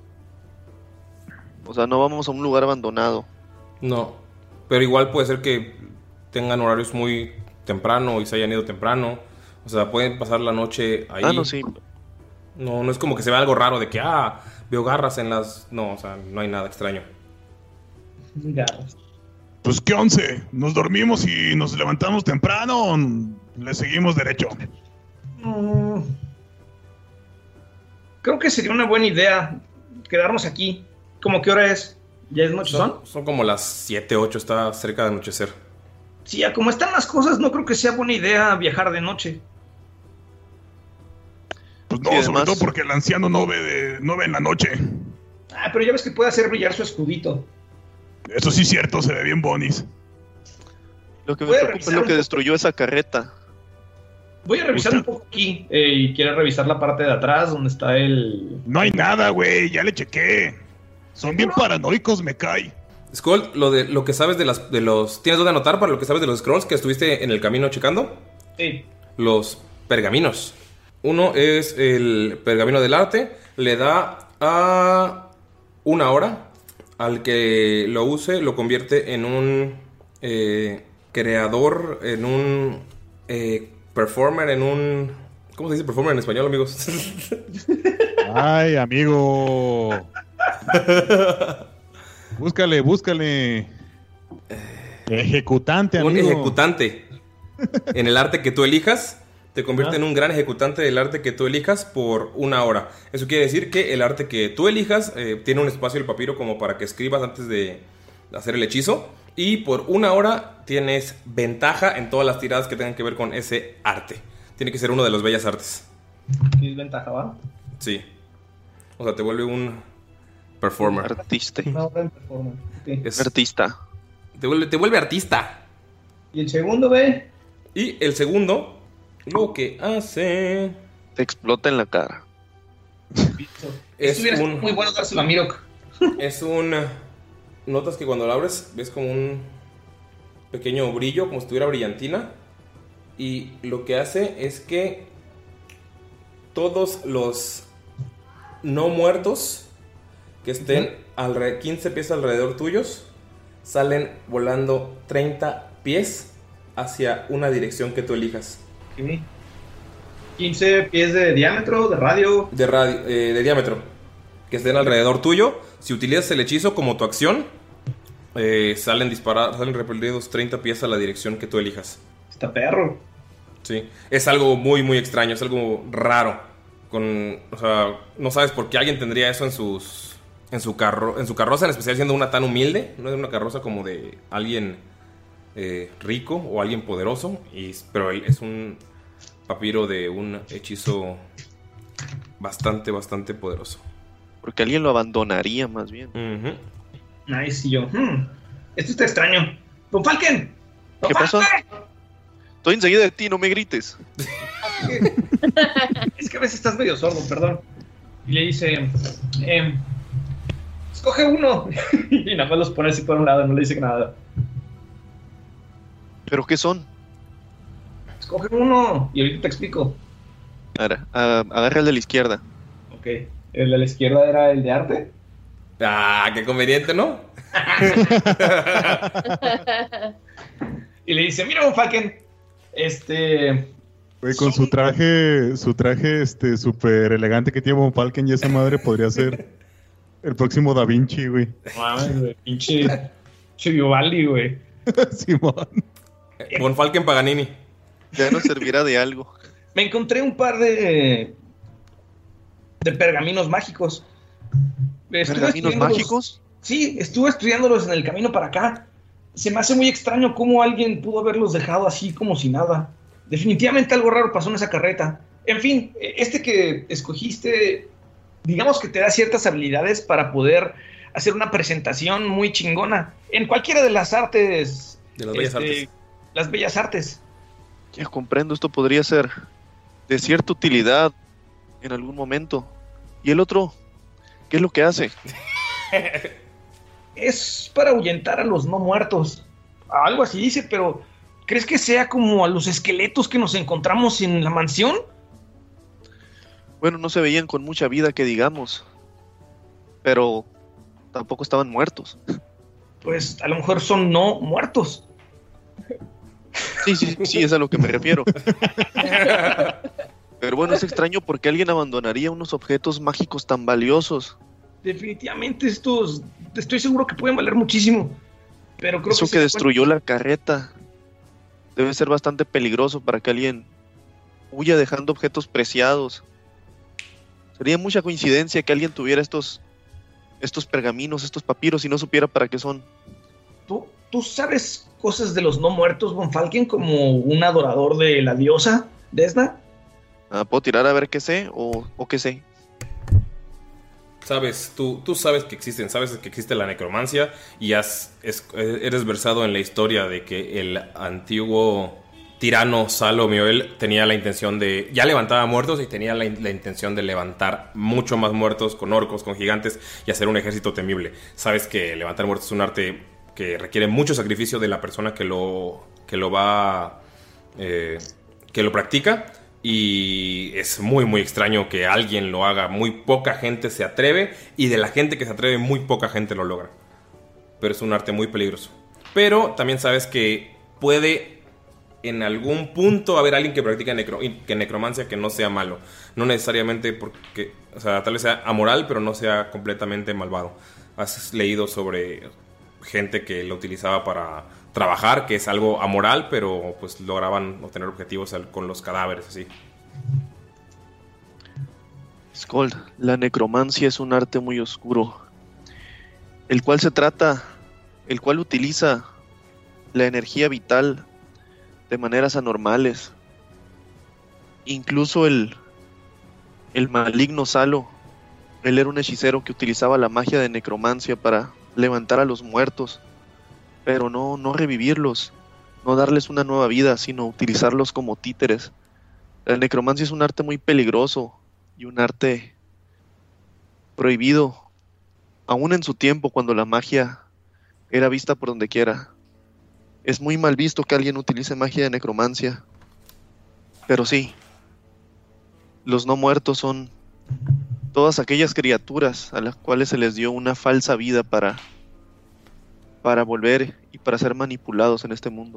O sea, no vamos a un lugar abandonado. No, pero igual puede ser que tengan horarios muy temprano y se hayan ido temprano. O sea, pueden pasar la noche ahí. Ah, no, sí. No, no es como que se vea algo raro de que, ah, veo garras en las... No, o sea, no hay nada extraño. Garras. Pues, ¿qué once? ¿Nos dormimos y nos levantamos temprano o le seguimos derecho? Mm, creo que sería una buena idea quedarnos aquí. ¿Cómo qué hora es? ¿Ya es noche son? Son, son como las siete, ocho, está cerca de anochecer. Sí, ya como están las cosas, no creo que sea buena idea viajar de noche. Pues no, sí, sobre además... todo porque el anciano no ve, de, no ve en la noche. Ah, pero ya ves que puede hacer brillar su escudito. Eso sí es cierto, se ve bien bonis. Lo que me preocupa es lo que destruyó esa carreta. Voy a revisar un poco aquí eh, y quiero revisar la parte de atrás donde está el... No hay nada, güey, ya le chequé. Son bien paranoicos, me cae. Skull, lo de lo que sabes de las de los ¿tienes dónde anotar para lo que sabes de los scrolls que estuviste en el camino checando? Sí. Los pergaminos. Uno es el pergamino del arte, le da a una hora. Al que lo use lo convierte en un eh, creador, en un eh, performer, en un... ¿Cómo se dice performer en español, amigos? Ay, amigo. Búscale, búscale. Ejecutante, amigo. Un ejecutante. En el arte que tú elijas, te convierte Ah. en un gran ejecutante del arte que tú elijas por una hora. Eso quiere decir que el arte que tú elijas eh, tiene un espacio del papiro como para que escribas antes de hacer el hechizo. Y por una hora tienes ventaja en todas las tiradas que tengan que ver con ese arte. Tiene que ser uno de los bellas artes. ¿Qué ventaja va? Sí. O sea, te vuelve un performer. Artista. Una hora en performance. Okay. Es- Artista. Te vuelve, te vuelve artista. ¿Y el segundo, ve? Y el segundo, lo que hace... Te explota en la cara. Es Esto hubiera sido un... muy bueno dárselo a Mirok. Es un... Notas que cuando lo abres ves como un pequeño brillo, como si tuviera brillantina. Y lo que hace es que todos los no muertos que estén alre- quince pies alrededor tuyos salen volando treinta pies hacia una dirección que tú elijas. Ok. quince pies de diámetro, de radio. De, radio, eh, de diámetro. Que estén alrededor tuyo. Si utilizas el hechizo como tu acción, eh, salen disparados, salen repelidos treinta pies a la dirección que tú elijas. Está perro. Sí, es algo muy, muy extraño, es algo raro. Con, o sea, no sabes por qué alguien tendría eso en sus, en su carro, en su carroza, en especial siendo una tan humilde. No es una carroza como de alguien eh, rico o alguien poderoso, y, pero es un papiro de un hechizo bastante, bastante poderoso. Porque alguien lo abandonaría más bien. Uh-huh. Nice, y yo. Hmm, esto está extraño. ¡Don Falken! ¡Don ¿Qué pasó? Falken! Estoy enseguida de ti, no me grites. Es que a veces estás medio sordo, perdón. Y le dice: em, escoge uno. Y nada más los pone así por un lado, no le dice nada. ¿Pero qué son? Escoge uno y ahorita te explico. Ahora, a- agarra el de la izquierda. Ok. El de la izquierda era el de arte. Ah, qué conveniente, ¿no? Y le dice: mira, Von Falken, este. Güey, con su traje, su traje este súper elegante que tiene Von Falken y esa madre podría ser el próximo Da Vinci, güey. Mames, güey, pinche. Pinche Vivaldi, güey. Simón. Von Falken Paganini. Ya nos servirá de algo. Me encontré un par de. de pergaminos mágicos. Estuve ¿Pergaminos estudiándolos- mágicos? Sí, estuve estudiándolos en el camino para acá. Se me hace muy extraño cómo alguien pudo haberlos dejado así como si nada. Definitivamente algo raro pasó en esa carreta. En fin, este que escogiste, digamos que te da ciertas habilidades para poder hacer una presentación muy chingona en cualquiera de las artes. De las bellas este, artes. Las bellas artes. Ya comprendo, esto podría ser de cierta utilidad en algún momento. ¿Y el otro? ¿Qué es lo que hace? Es para ahuyentar a los no muertos. Algo así dice, pero ¿crees que sea como a los esqueletos que nos encontramos en la mansión? Bueno, no se veían con mucha vida que digamos. Pero tampoco estaban muertos. Pues a lo mejor son no muertos. Sí, sí, sí, es a lo que me refiero. Pero bueno, es extraño porque alguien abandonaría unos objetos mágicos tan valiosos. Definitivamente estos, estoy seguro que pueden valer muchísimo. Pero creo Eso que, que destruyó la carreta debe ser bastante peligroso para que alguien huya dejando objetos preciados. Sería mucha coincidencia que alguien tuviera estos estos pergaminos, estos papiros y no supiera para qué son. ¿Tú, ¿Tú sabes cosas de los no muertos, Von Falken, como un adorador de la diosa Desna? Ah, ¿puedo tirar a ver qué sé o, o qué sé? Sabes, tú, tú sabes que existen, sabes que existe la necromancia y has, es- eres versado en la historia de que el antiguo tirano Salo Mioel tenía la intención de... Ya levantaba muertos y tenía la, la intención de levantar mucho más muertos con orcos, con gigantes y hacer un ejército temible. Sabes que levantar muertos es un arte que requiere mucho sacrificio de la persona que lo, que lo va... Eh, que lo practica. Y es muy muy extraño que alguien lo haga. Muy poca gente se atreve. Y de la gente que se atreve, muy poca gente lo logra. Pero es un arte muy peligroso. Pero también sabes que puede en algún punto haber alguien que practica necro, que necromancia que no sea malo. No necesariamente porque... O sea, tal vez sea amoral, pero no sea completamente malvado. Has leído sobre gente que lo utilizaba para trabajar, que es algo amoral, pero pues lograban obtener objetivos con los cadáveres, así. Skold, la necromancia es un arte muy oscuro, el cual se trata, el cual utiliza la energía vital de maneras anormales. Incluso el, el maligno Salo, él era un hechicero que utilizaba la magia de necromancia para levantar a los muertos, pero no, no revivirlos, no darles una nueva vida, sino utilizarlos como títeres. La necromancia es un arte muy peligroso y un arte prohibido, aún en su tiempo cuando la magia era vista por donde quiera. Es muy mal visto que alguien utilice magia de necromancia, pero sí, los no muertos son todas aquellas criaturas a las cuales se les dio una falsa vida para... para volver y para ser manipulados en este mundo.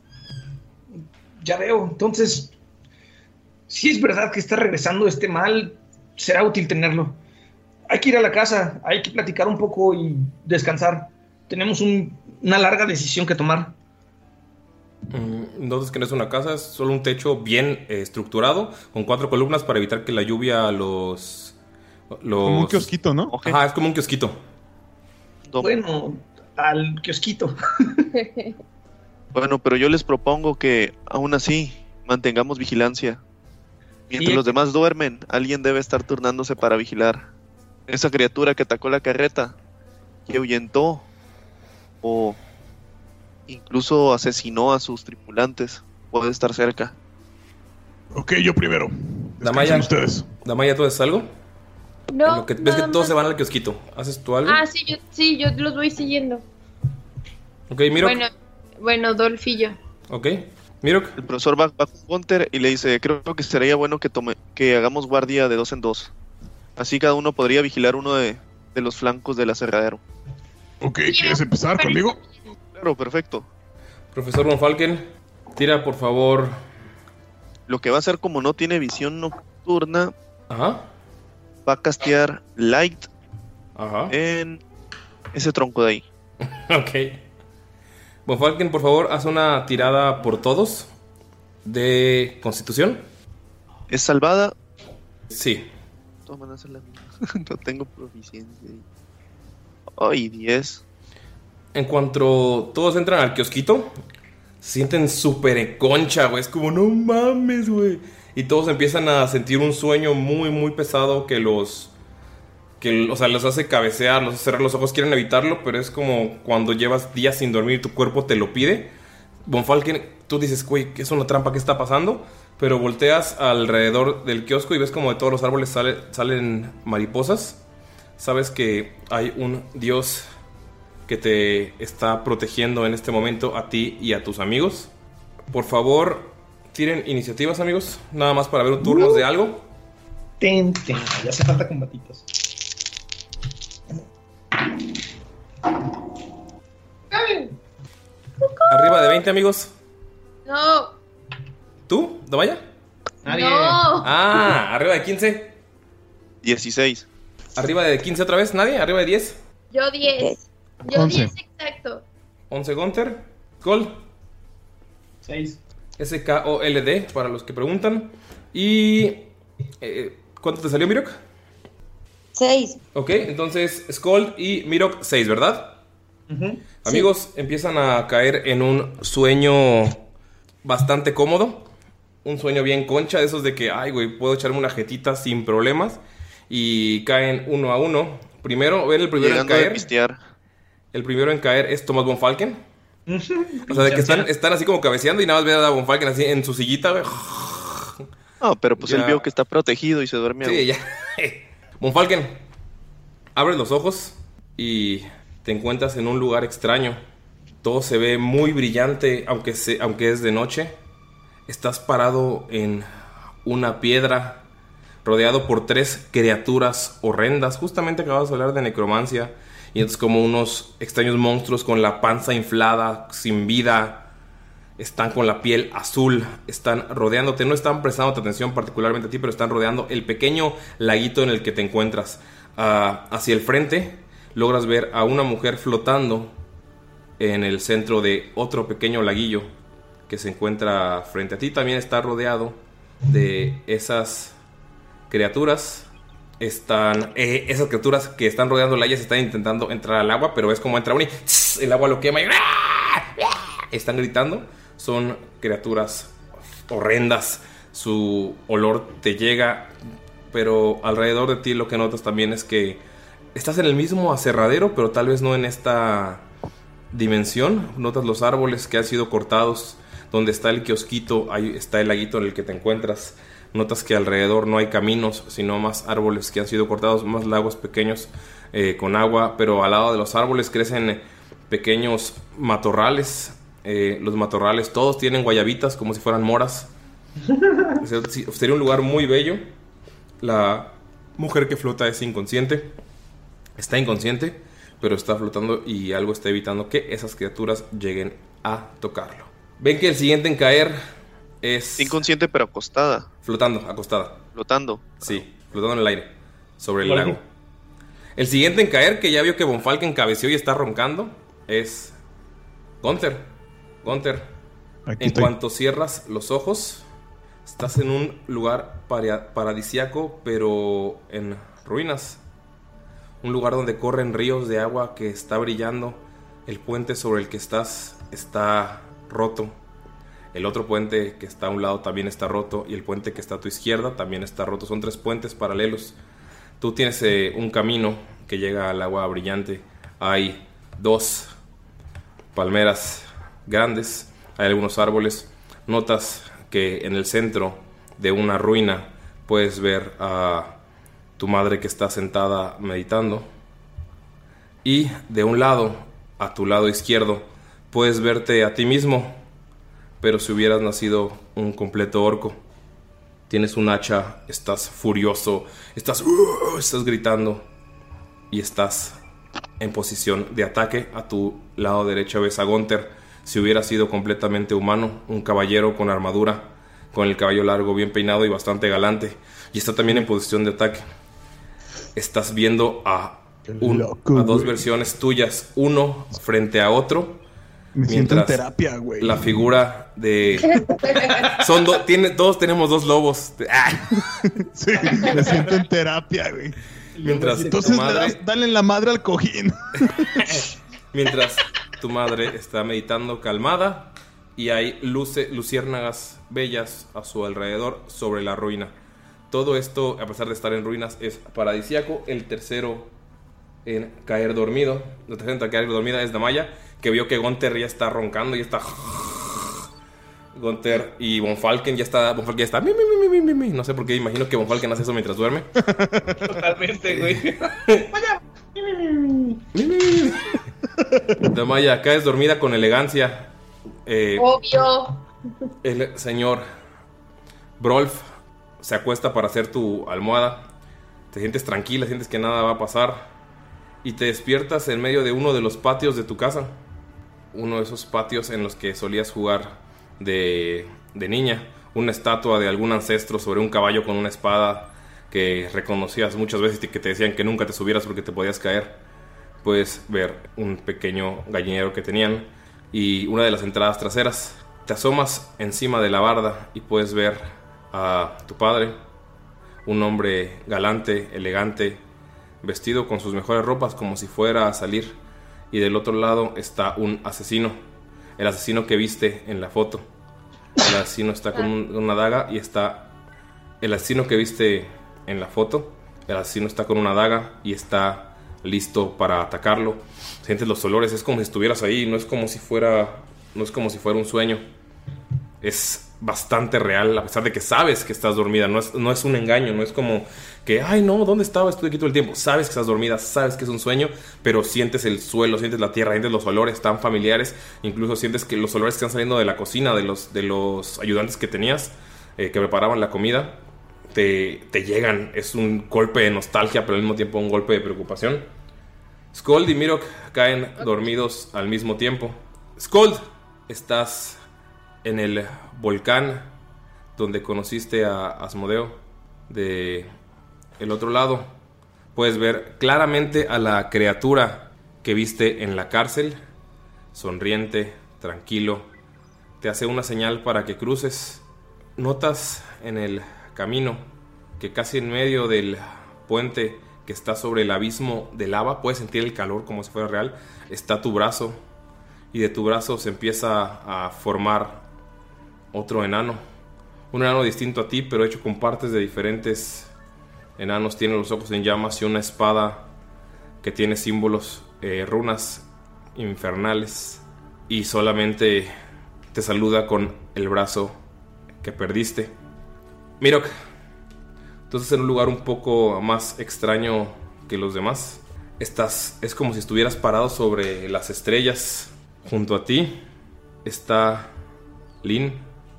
Ya veo, entonces, si es verdad que está regresando este mal, será útil tenerlo. Hay que ir a la casa, hay que platicar un poco y descansar. Tenemos un, una larga decisión que tomar. Entonces, que no es una casa, es solo un techo bien eh, estructurado, con cuatro columnas para evitar que la lluvia los... los... Como un kiosquito, ¿no? Okay. Ajá, es como un kiosquito. Bueno... al kiosquito. Bueno, pero yo les propongo que aún así mantengamos vigilancia. Mientras los demás duermen, alguien debe estar turnándose para vigilar. Esa criatura que atacó la carreta, que ahuyentó o incluso asesinó a sus tripulantes, puede estar cerca. Ok, yo primero. Damaya, ustedes. Damaya, ¿tú haces algo? No, Lo que, ves que todos más. se van al kiosquito. ¿Haces tú algo? Ah, sí, yo, sí, yo los voy siguiendo. Ok, Miro. Bueno, bueno, Dolph y yo. Ok, Miro. El profesor va, va con Gunter y le dice, creo que sería bueno que tome, que hagamos guardia de dos en dos. Así cada uno podría vigilar uno de, de los flancos del aserradero. Ok, ¿quieres empezar conmigo? Claro, perfecto. Profesor Von Falken, tira por favor. Lo que va a hacer, como no tiene visión nocturna, Ajá. va a castear Light Ajá. en ese tronco de ahí. Ok. Von Falken, por favor, haz una tirada por todos de Constitución. ¿Es salvada? Sí. Todas van a ser la misma. No tengo proficiencia. Ay, diez. En cuanto todos entran al kiosquito, se sienten súper en concha, güey. Es como, no mames, güey. Y todos empiezan a sentir un sueño muy, muy pesado que los... que, o sea, los hace cabecear, los hace cerrar los ojos. Quieren evitarlo, pero es como cuando llevas días sin dormir y tu cuerpo te lo pide. Von Falken, tú dices, güey, ¿qué es una trampa? ¿Qué está pasando? Pero volteas alrededor del kiosco y ves como de todos los árboles sale, salen mariposas. Sabes que hay un dios que te está protegiendo en este momento a ti y a tus amigos. Por favor, tiren iniciativas, amigos. Nada más para ver un turno uh. de algo. Ten, ten, ya hace falta combatitos. Arriba de veinte, amigos. No. ¿Tú, Damaya? Nadie. No. Ah, arriba de quince. dieciséis. Arriba de quince otra vez, ¿nadie? ¿Arriba de diez? Yo diez. Yo once. diez exacto. once Gunter. Cole. seis. S K O L D, para los que preguntan. Y... Eh, ¿cuánto te salió, Mirok? seis. Ok, entonces Skold y Mirok seis, ¿verdad? Uh-huh. Amigos, sí. Empiezan a caer en un sueño bastante cómodo. Un sueño bien concha, de esos de que, ay, güey, puedo echarme una jetita sin problemas. Y caen uno a uno. Primero, ven el primero Llegando en caer. De pistear. El primero en caer es Thomas Von Falken. O sea, de que están, están así como cabeceando y nada más ven a Von Falken así en su sillita, güey. No, pero pues Ya. él vio que está protegido y se duerme. Sí, ya. Von Falken, abres los ojos y te encuentras en un lugar extraño. Todo se ve muy brillante, aunque, se, aunque es de noche. Estás parado en una piedra, rodeado por tres criaturas horrendas. Justamente acabas de hablar de necromancia. Y es como unos extraños monstruos con la panza inflada, sin vida. Están con la piel azul. Están rodeándote. No están prestando atención particularmente a ti, pero están rodeando el pequeño laguito en el que te encuentras. Uh, hacia el frente logras ver a una mujer flotando en el centro de otro pequeño laguillo que se encuentra frente a ti. También está rodeado de esas criaturas. Están eh, esas criaturas que están rodeando la ellas están intentando entrar al agua, pero es como entra uno y tss, el agua lo quema y están gritando. Son criaturas horrendas. Su olor te llega, pero alrededor de ti lo que notas también es que estás en el mismo aserradero, pero tal vez no en esta dimensión. Notas los árboles que han sido cortados. Donde está el kiosquito, ahí está el laguito en el que te encuentras. Notas que alrededor no hay caminos, sino más árboles que han sido cortados, más lagos pequeños eh, con agua, pero al lado de los árboles crecen pequeños matorrales. Eh, los matorrales todos tienen guayabitas como si fueran moras. Sería un lugar muy bello. La mujer que flota es inconsciente. Está inconsciente, pero está flotando y algo está evitando que esas criaturas lleguen a tocarlo. Ven que el siguiente en caer es... inconsciente pero acostada. Flotando, acostada. Flotando. Sí, flotando en el aire, sobre el lago. El siguiente en caer, que ya vio que Von Falken cabeció y está roncando, es Gunther. Gunther, Aquí en estoy. cuanto cierras los ojos, estás en un lugar para- paradisiaco, pero en ruinas. Un lugar donde corren ríos de agua que está brillando. El puente sobre el que estás está roto. El otro puente que está a un lado también está roto. Y el puente que está a tu izquierda también está roto. Son tres puentes paralelos. Tú tienes eh, un camino que llega al agua brillante. Hay dos palmeras grandes. Hay algunos árboles. Notas que en el centro de una ruina puedes ver a tu madre que está sentada meditando. Y de un lado, a tu lado izquierdo, puedes verte a ti mismo, pero si hubieras nacido un completo orco. Tienes un hacha, estás furioso, estás, uh, estás gritando y estás en posición de ataque. A tu lado derecho ves a Gunther. Si hubiera sido completamente humano, un caballero con armadura, con el cabello largo, bien peinado y bastante galante, y está también en posición de ataque. Estás viendo a, un, loco, a dos güey. versiones tuyas, uno frente a otro. Me siento en Mientras terapia, güey. la figura de... Son do- tiene, todos tenemos dos lobos. ¡Ah! Sí, me siento en terapia, güey. Mientras Entonces tu le madre, das, dale en la madre al cojín. mientras tu madre está meditando calmada y hay luce, luciérnagas bellas a su alrededor sobre la ruina. Todo esto, a pesar de estar en ruinas, es paradisíaco. El tercero en caer dormido, la tercera en caer dormida es Damaya, que vio que Gunther ya está roncando y está... Gunther y Von Falken ya está... Von Falken ya está... mi, mi, mi, mi, mi, mi. No sé por qué, imagino que Von Falken hace eso mientras duerme. Totalmente, güey. Damaya, caes dormida con elegancia. Eh, Obvio. el señor Brolf se acuesta para hacer tu almohada. Te sientes tranquila, sientes que nada va a pasar. Y te despiertas en medio de uno de los patios de tu casa. Uno de esos patios en los que solías jugar de, de niña. Una estatua de algún ancestro sobre un caballo con una espada que reconocías muchas veces y que te decían que nunca te subieras porque te podías caer. Puedes ver un pequeño gallinero que tenían y una de las entradas traseras. Te asomas encima de la barda y puedes ver a tu padre, un hombre galante, elegante, vestido con sus mejores ropas como si fuera a salir. Y del otro lado está un asesino, el asesino que viste en la foto. El asesino está con un- una daga y está... El asesino que viste en la foto, el asesino está con una daga y está listo para atacarlo. Sientes los olores, es como si estuvieras ahí, no es como si fuera, no es como si fuera un sueño. Es bastante real, a pesar de que sabes que estás dormida. No es, no es un engaño, no es como que, ay no, ¿dónde estaba? Estuve aquí todo el tiempo. Sabes que estás dormida, sabes que es un sueño, pero sientes el suelo, sientes la tierra, sientes los olores tan familiares. Incluso sientes que los olores que están saliendo de la cocina, de los, de los ayudantes que tenías, eh, que preparaban la comida, te, te llegan. Es un golpe de nostalgia, pero al mismo tiempo un golpe de preocupación. Skold y Mirok caen dormidos al mismo tiempo. Skold, estás en el volcán donde conociste a Asmodeo. De el otro lado puedes ver claramente a la criatura que viste en la cárcel, sonriente, tranquilo. Te hace una señal para que cruces. Notas en el camino que casi en medio del puente que está sobre el abismo de lava, puedes sentir el calor como si fuera real. Está tu brazo, y de tu brazo se empieza a formar otro enano. Un enano distinto a ti, pero hecho con partes de diferentes enanos. Tiene los ojos en llamas y una espada que tiene símbolos, eh, runas infernales. Y solamente te saluda con el brazo que perdiste. Mirok, entonces en un lugar un poco más extraño que los demás. Estás, es como si estuvieras parado sobre las estrellas. Junto a ti está Lynn,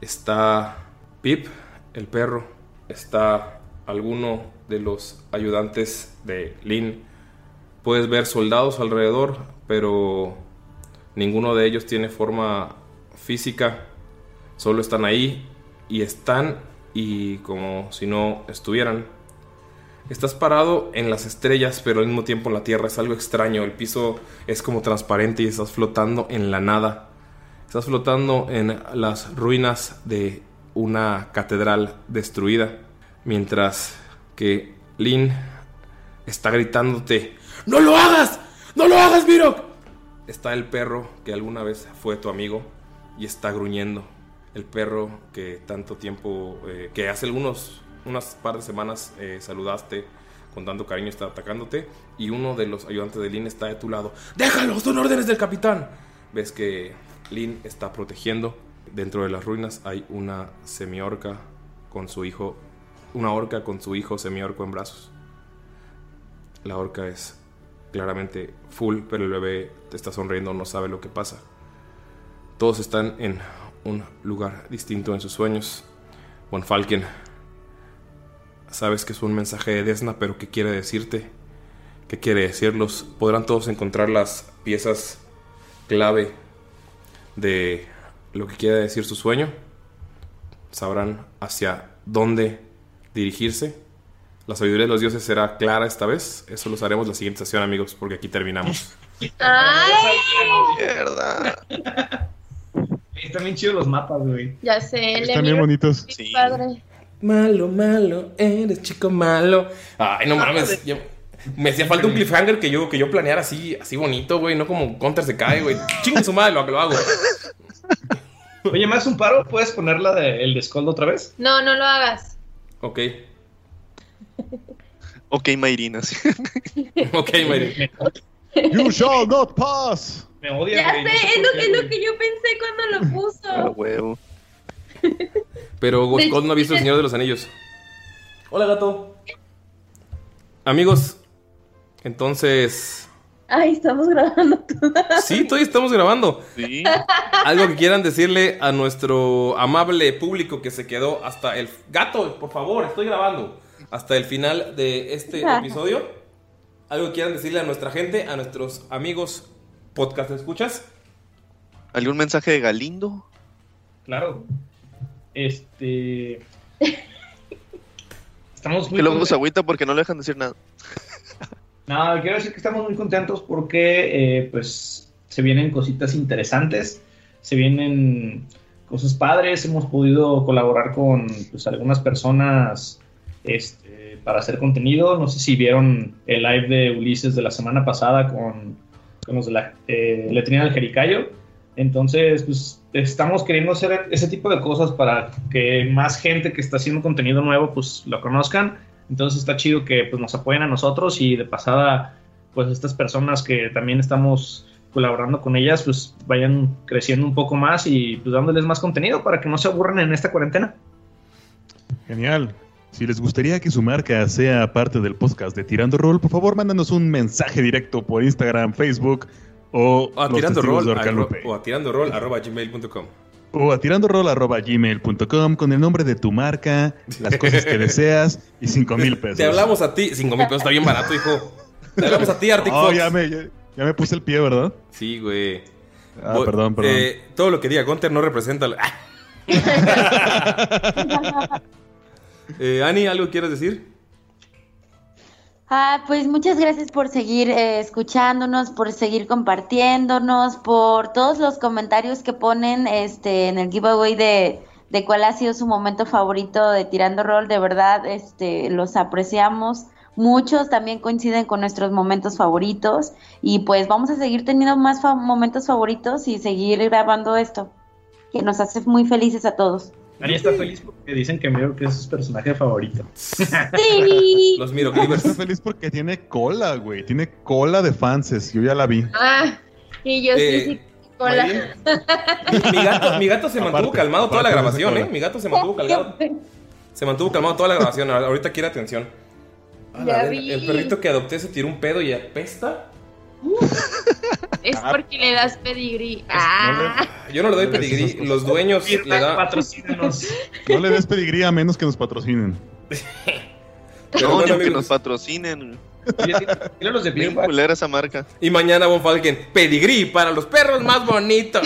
está Pip, el perro, está alguno de los ayudantes de Lynn. Puedes ver soldados alrededor, pero ninguno de ellos tiene forma física. Solo están ahí y están y como si no estuvieran. Estás parado en las estrellas, pero al mismo tiempo en la tierra. Es algo extraño. El piso es como transparente y estás flotando en la nada. Estás flotando en las ruinas de una catedral destruida, mientras que Lynn está gritándote: ¡No lo hagas! ¡No lo hagas, Mirok! Está el perro que alguna vez fue tu amigo y está gruñendo. El perro que tanto tiempo, eh, que hace algunos, unas par de semanas eh, saludaste con tanto cariño, está atacándote. Y uno de los ayudantes de Lynn está de tu lado. ¡Déjalo! ¡Son órdenes del capitán! Ves que Lynn está protegiendo. Dentro de las ruinas hay una semiorca con su hijo, una orca con su hijo semiorco en brazos. La orca es claramente full, pero el bebé te está sonriendo, no sabe lo que pasa. Todos están en un lugar distinto en sus sueños. Von Falken, sabes que es un mensaje de Desna, pero ¿qué quiere decirte? ¿Qué quiere decirlos? ¿Podrán todos encontrar las piezas clave de lo que quiere decir su sueño? ¿Sabrán hacia dónde dirigirse? La sabiduría de los dioses será clara esta vez. Eso lo haremos la siguiente sesión, amigos, porque aquí terminamos. ¡Ay! Mierda. Están bien chidos los mapas, güey. Ya sé, Están bien bonitos. Sí. Padre. Malo, malo, eres chico malo. Ay, no mames. Yo, me hacía falta un cliffhanger que yo, que yo planeara así, así bonito, güey. No como Counter se cae, güey. Chingue su madre lo que lo hago. Oye, ¿me das un paro? ¿Puedes ponerla de, el de Skold otra vez? No, no lo hagas. Ok. Ok, Mayrina. Ok, Mayrina. You shall not pass. Me odias, Ya güey, sé, no sé es por lo, qué, es lo güey. que yo pensé cuando lo puso. Ah, huevo. Pero De Skold no ha visto el Señor de los Anillos. Hola, gato. Amigos, entonces... Ay, estamos grabando todo. Sí, todavía estamos grabando. Sí. Algo que quieran decirle a nuestro amable público que se quedó hasta el... Gato, por favor, estoy grabando. Hasta el final de este episodio. Algo que quieran decirle a nuestra gente, a nuestros amigos podcast escuchas. ¿Algún mensaje de Galindo? Claro. Este... Estamos muy Que luego se contentos. agüita porque no le dejan decir nada. No, quiero decir que estamos muy contentos porque eh, pues se vienen cositas interesantes, se vienen cosas padres, hemos podido colaborar con pues, algunas personas este, para hacer contenido. No sé si vieron el live de Ulises de la semana pasada con, con los de la eh, letrina del Jericayo. Entonces, pues estamos queriendo hacer ese tipo de cosas para que más gente que está haciendo contenido nuevo pues lo conozcan. Entonces está chido que pues, nos apoyen a nosotros y de pasada pues estas personas que también estamos colaborando con ellas, pues vayan creciendo un poco más y pues dándoles más contenido para que no se aburran en esta cuarentena. Genial. Si les gustaría que su marca sea parte del podcast de Tirando Rol, por favor, mándanos un mensaje directo por Instagram, Facebook o a los tirando rol de arro, o a tirando rol arroba gmail punto com o a tirando rol arroba gmail punto com con el nombre de tu marca, las cosas que deseas y cinco mil pesos. Te hablamos a ti. Cinco mil pesos está bien barato, hijo. Te hablamos a ti, Arctic oh, Fox. Ya me, ya, ya me puse el pie, ¿verdad? Sí, güey. Ah, Bo- perdón, perdón. Eh, todo lo que diga Gunter no representa... La... eh, Ani, ¿algo quieres decir? Ah, pues muchas gracias por seguir eh, escuchándonos, por seguir compartiéndonos, por todos los comentarios que ponen este en el giveaway de, de cuál ha sido su momento favorito de Tirando Rol. De verdad, este, los apreciamos. Muchos también coinciden con nuestros momentos favoritos y pues vamos a seguir teniendo más fa- momentos favoritos y seguir grabando esto, que nos hace muy felices a todos. Ani está feliz porque dicen que Miro que es su personaje favorito. Sí. Los Miro Clippers. Estoy feliz porque tiene cola, güey. Tiene cola de fanses. Yo ya la vi. Ah, y yo Eh, sí, sí, cola. Mi, mi gato, mi gato se mantuvo Aparte, calmado toda la aparte de grabación, esa ¿eh? cola. Mi gato se mantuvo calmado. Se mantuvo calmado toda la grabación. Ahorita quiere atención. A la Ya verga, vi. el perrito que adopté se tiró un pedo y apesta. Es porque le das pedigrí. Ah, Yo no le doy No le des pedigrí. esas cosas. Los dueños le dan. Patrocínanos. No le des pedigrí a menos que nos patrocinen. Pero No, bueno, ni aunque amigos. nos patrocinen. Dile a los de Bien Beer culera esa marca. Y mañana Von Falken, pedigrí para los perros más bonitos.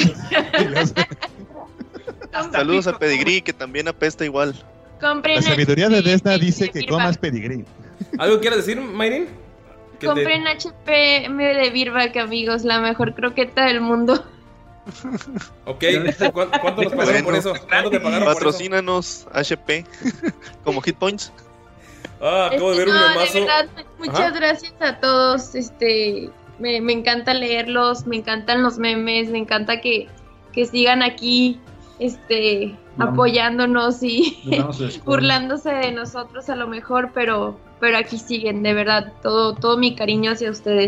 Saludos a Pedigrí, que también apesta igual. compren La sabiduría de H P Desna dice que Birba. comas pedigrí. ¿Algo quieres decir, Mayrin? Que te- Compren H P M de Birback, amigos, la mejor croqueta del mundo. Ok, ¿cu- ¿cuánto nos pagaron por eso? ¿Cuánto te pagaron por eso? Patrocínanos H P como Hit Points. Ah, acabo de ver un No, memazo. de verdad, muchas Ajá. gracias a todos. Este, me, me encanta leerlos, me encantan los memes, me encanta que, que sigan aquí, este, Vamos. apoyándonos y Nos damos el escudo. burlándose de nosotros a lo mejor, pero, pero aquí siguen, de verdad, todo, todo mi cariño hacia ustedes.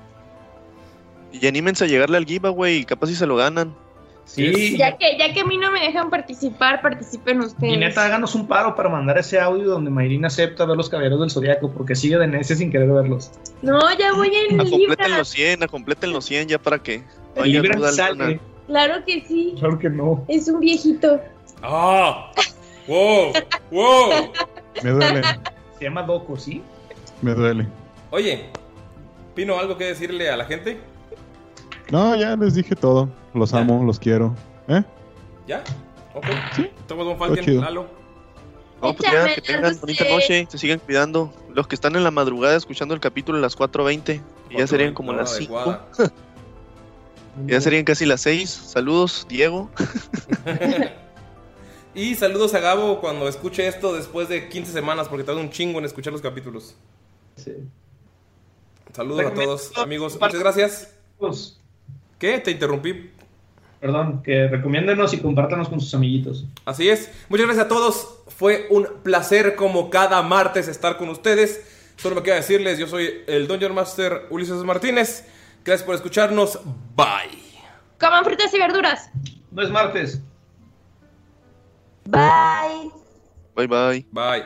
Y anímense a llegarle al giveaway y capaz si se lo ganan. Sí. Ya que, ya que a mí no me dejan participar, participen ustedes. Y neta, háganos un paro para mandar ese audio donde Mayrin acepta ver los Caballeros del Zodiaco, porque sigue de necia sin querer verlos. No, ya voy en A completen Libra. los cien, a completen los cien ya para que no El haya Libra duda sale. alguna. Claro que sí, Claro que no. es un viejito. ¡Ah! ¡Wow! ¡Wow! Me duele, Se llama Doco, ¿sí? me duele. Oye, Pino, ¿algo que decirle a la gente? No, ya les dije todo. Los Ya. amo, los quiero. ¿Eh? ¿Ya? Ok. Sí. Estamos Von Todo Falken, chido. Lalo. No, pues ya, Échame que la tengan luz, bonita eh. noche, se sigan cuidando. Los que están en la madrugada escuchando el capítulo a las cuatro veinte, y ya serían como La hora las cinco, adecuada. ya serían casi las seis. Saludos, Diego. Y saludos a Gabo cuando escuche esto después de quince semanas, porque tarda un chingo en escuchar los capítulos. Sí. Saludos a todos, amigos. Muchas gracias. Pues, ¿Qué? Te interrumpí. perdón, que recomiéndenos y compártanos con sus amiguitos. Así es. Muchas gracias a todos. Fue un placer como cada martes estar con ustedes. Solo me queda decirles, yo soy el Dungeon Master Ulises Martínez. Gracias por escucharnos. Bye. Coman frutas y verduras. No es martes. Bye. Bye bye. Bye.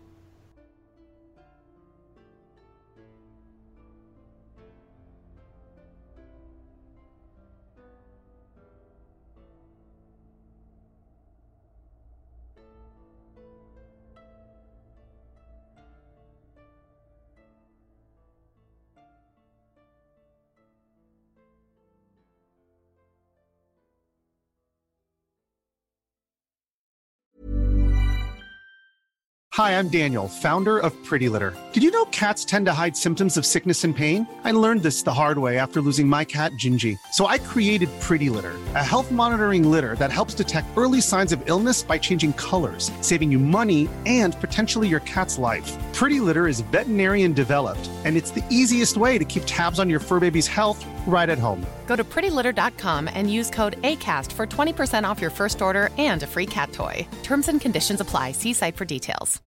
Hi, I'm Daniel, founder of Pretty Litter. Did you know cats tend to hide symptoms of sickness and pain? I learned this the hard way after losing my cat, Gingy. So I created Pretty Litter, a health monitoring litter that helps detect early signs of illness by changing colors, saving you money and potentially your cat's life. Pretty Litter is veterinarian developed, and it's the easiest way to keep tabs on your fur baby's health right at home. Go to pretty litter dot com and use code ACAST for twenty percent off your first order and a free cat toy. Terms and conditions apply. See site for details.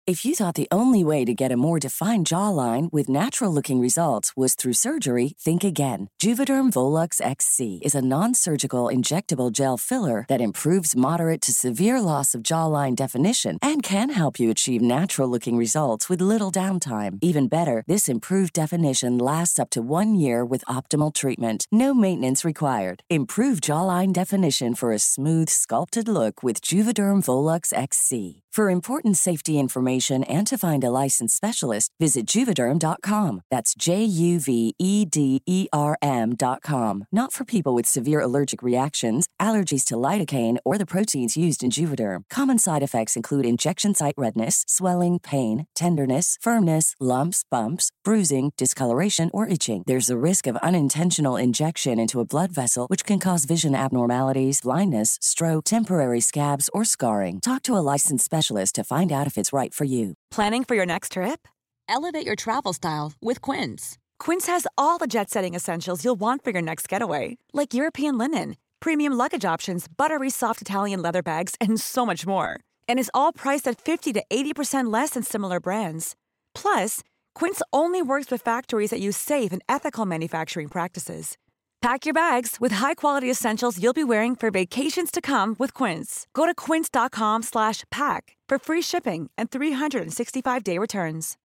If you thought the only way to get a more defined jawline with natural-looking results was through surgery, think again. Juvederm Volux X C is a non-surgical injectable gel filler that improves moderate to severe loss of jawline definition and can help you achieve natural-looking results with little downtime. Even better, this improved definition lasts up to one year with optimal treatment. No maintenance required. Improve jawline definition for a smooth, sculpted look with Juvederm Volux X C. For important safety information and to find a licensed specialist, visit Juvederm dot com. That's J U V E D E R M dot com. Not for people with severe allergic reactions, allergies to lidocaine, or the proteins used in Juvederm. Common side effects include injection site redness, swelling, pain, tenderness, firmness, lumps, bumps, bruising, discoloration, or itching. There's a risk of unintentional injection into a blood vessel, which can cause vision abnormalities, blindness, stroke, temporary scabs, or scarring. Talk to a licensed specialist to find out if it's right for you. Planning for your next trip? Elevate your travel style with Quince. Quince has all the jet-setting essentials you'll want for your next getaway, like European linen, premium luggage options, buttery soft Italian leather bags, and so much more. And is all priced at fifty to eighty percent less than similar brands. Plus, Quince only works with factories that use safe and ethical manufacturing practices. Pack your bags with high-quality essentials you'll be wearing for vacations to come with Quince. Go to quince dot com slash pack for free shipping and three sixty-five day returns.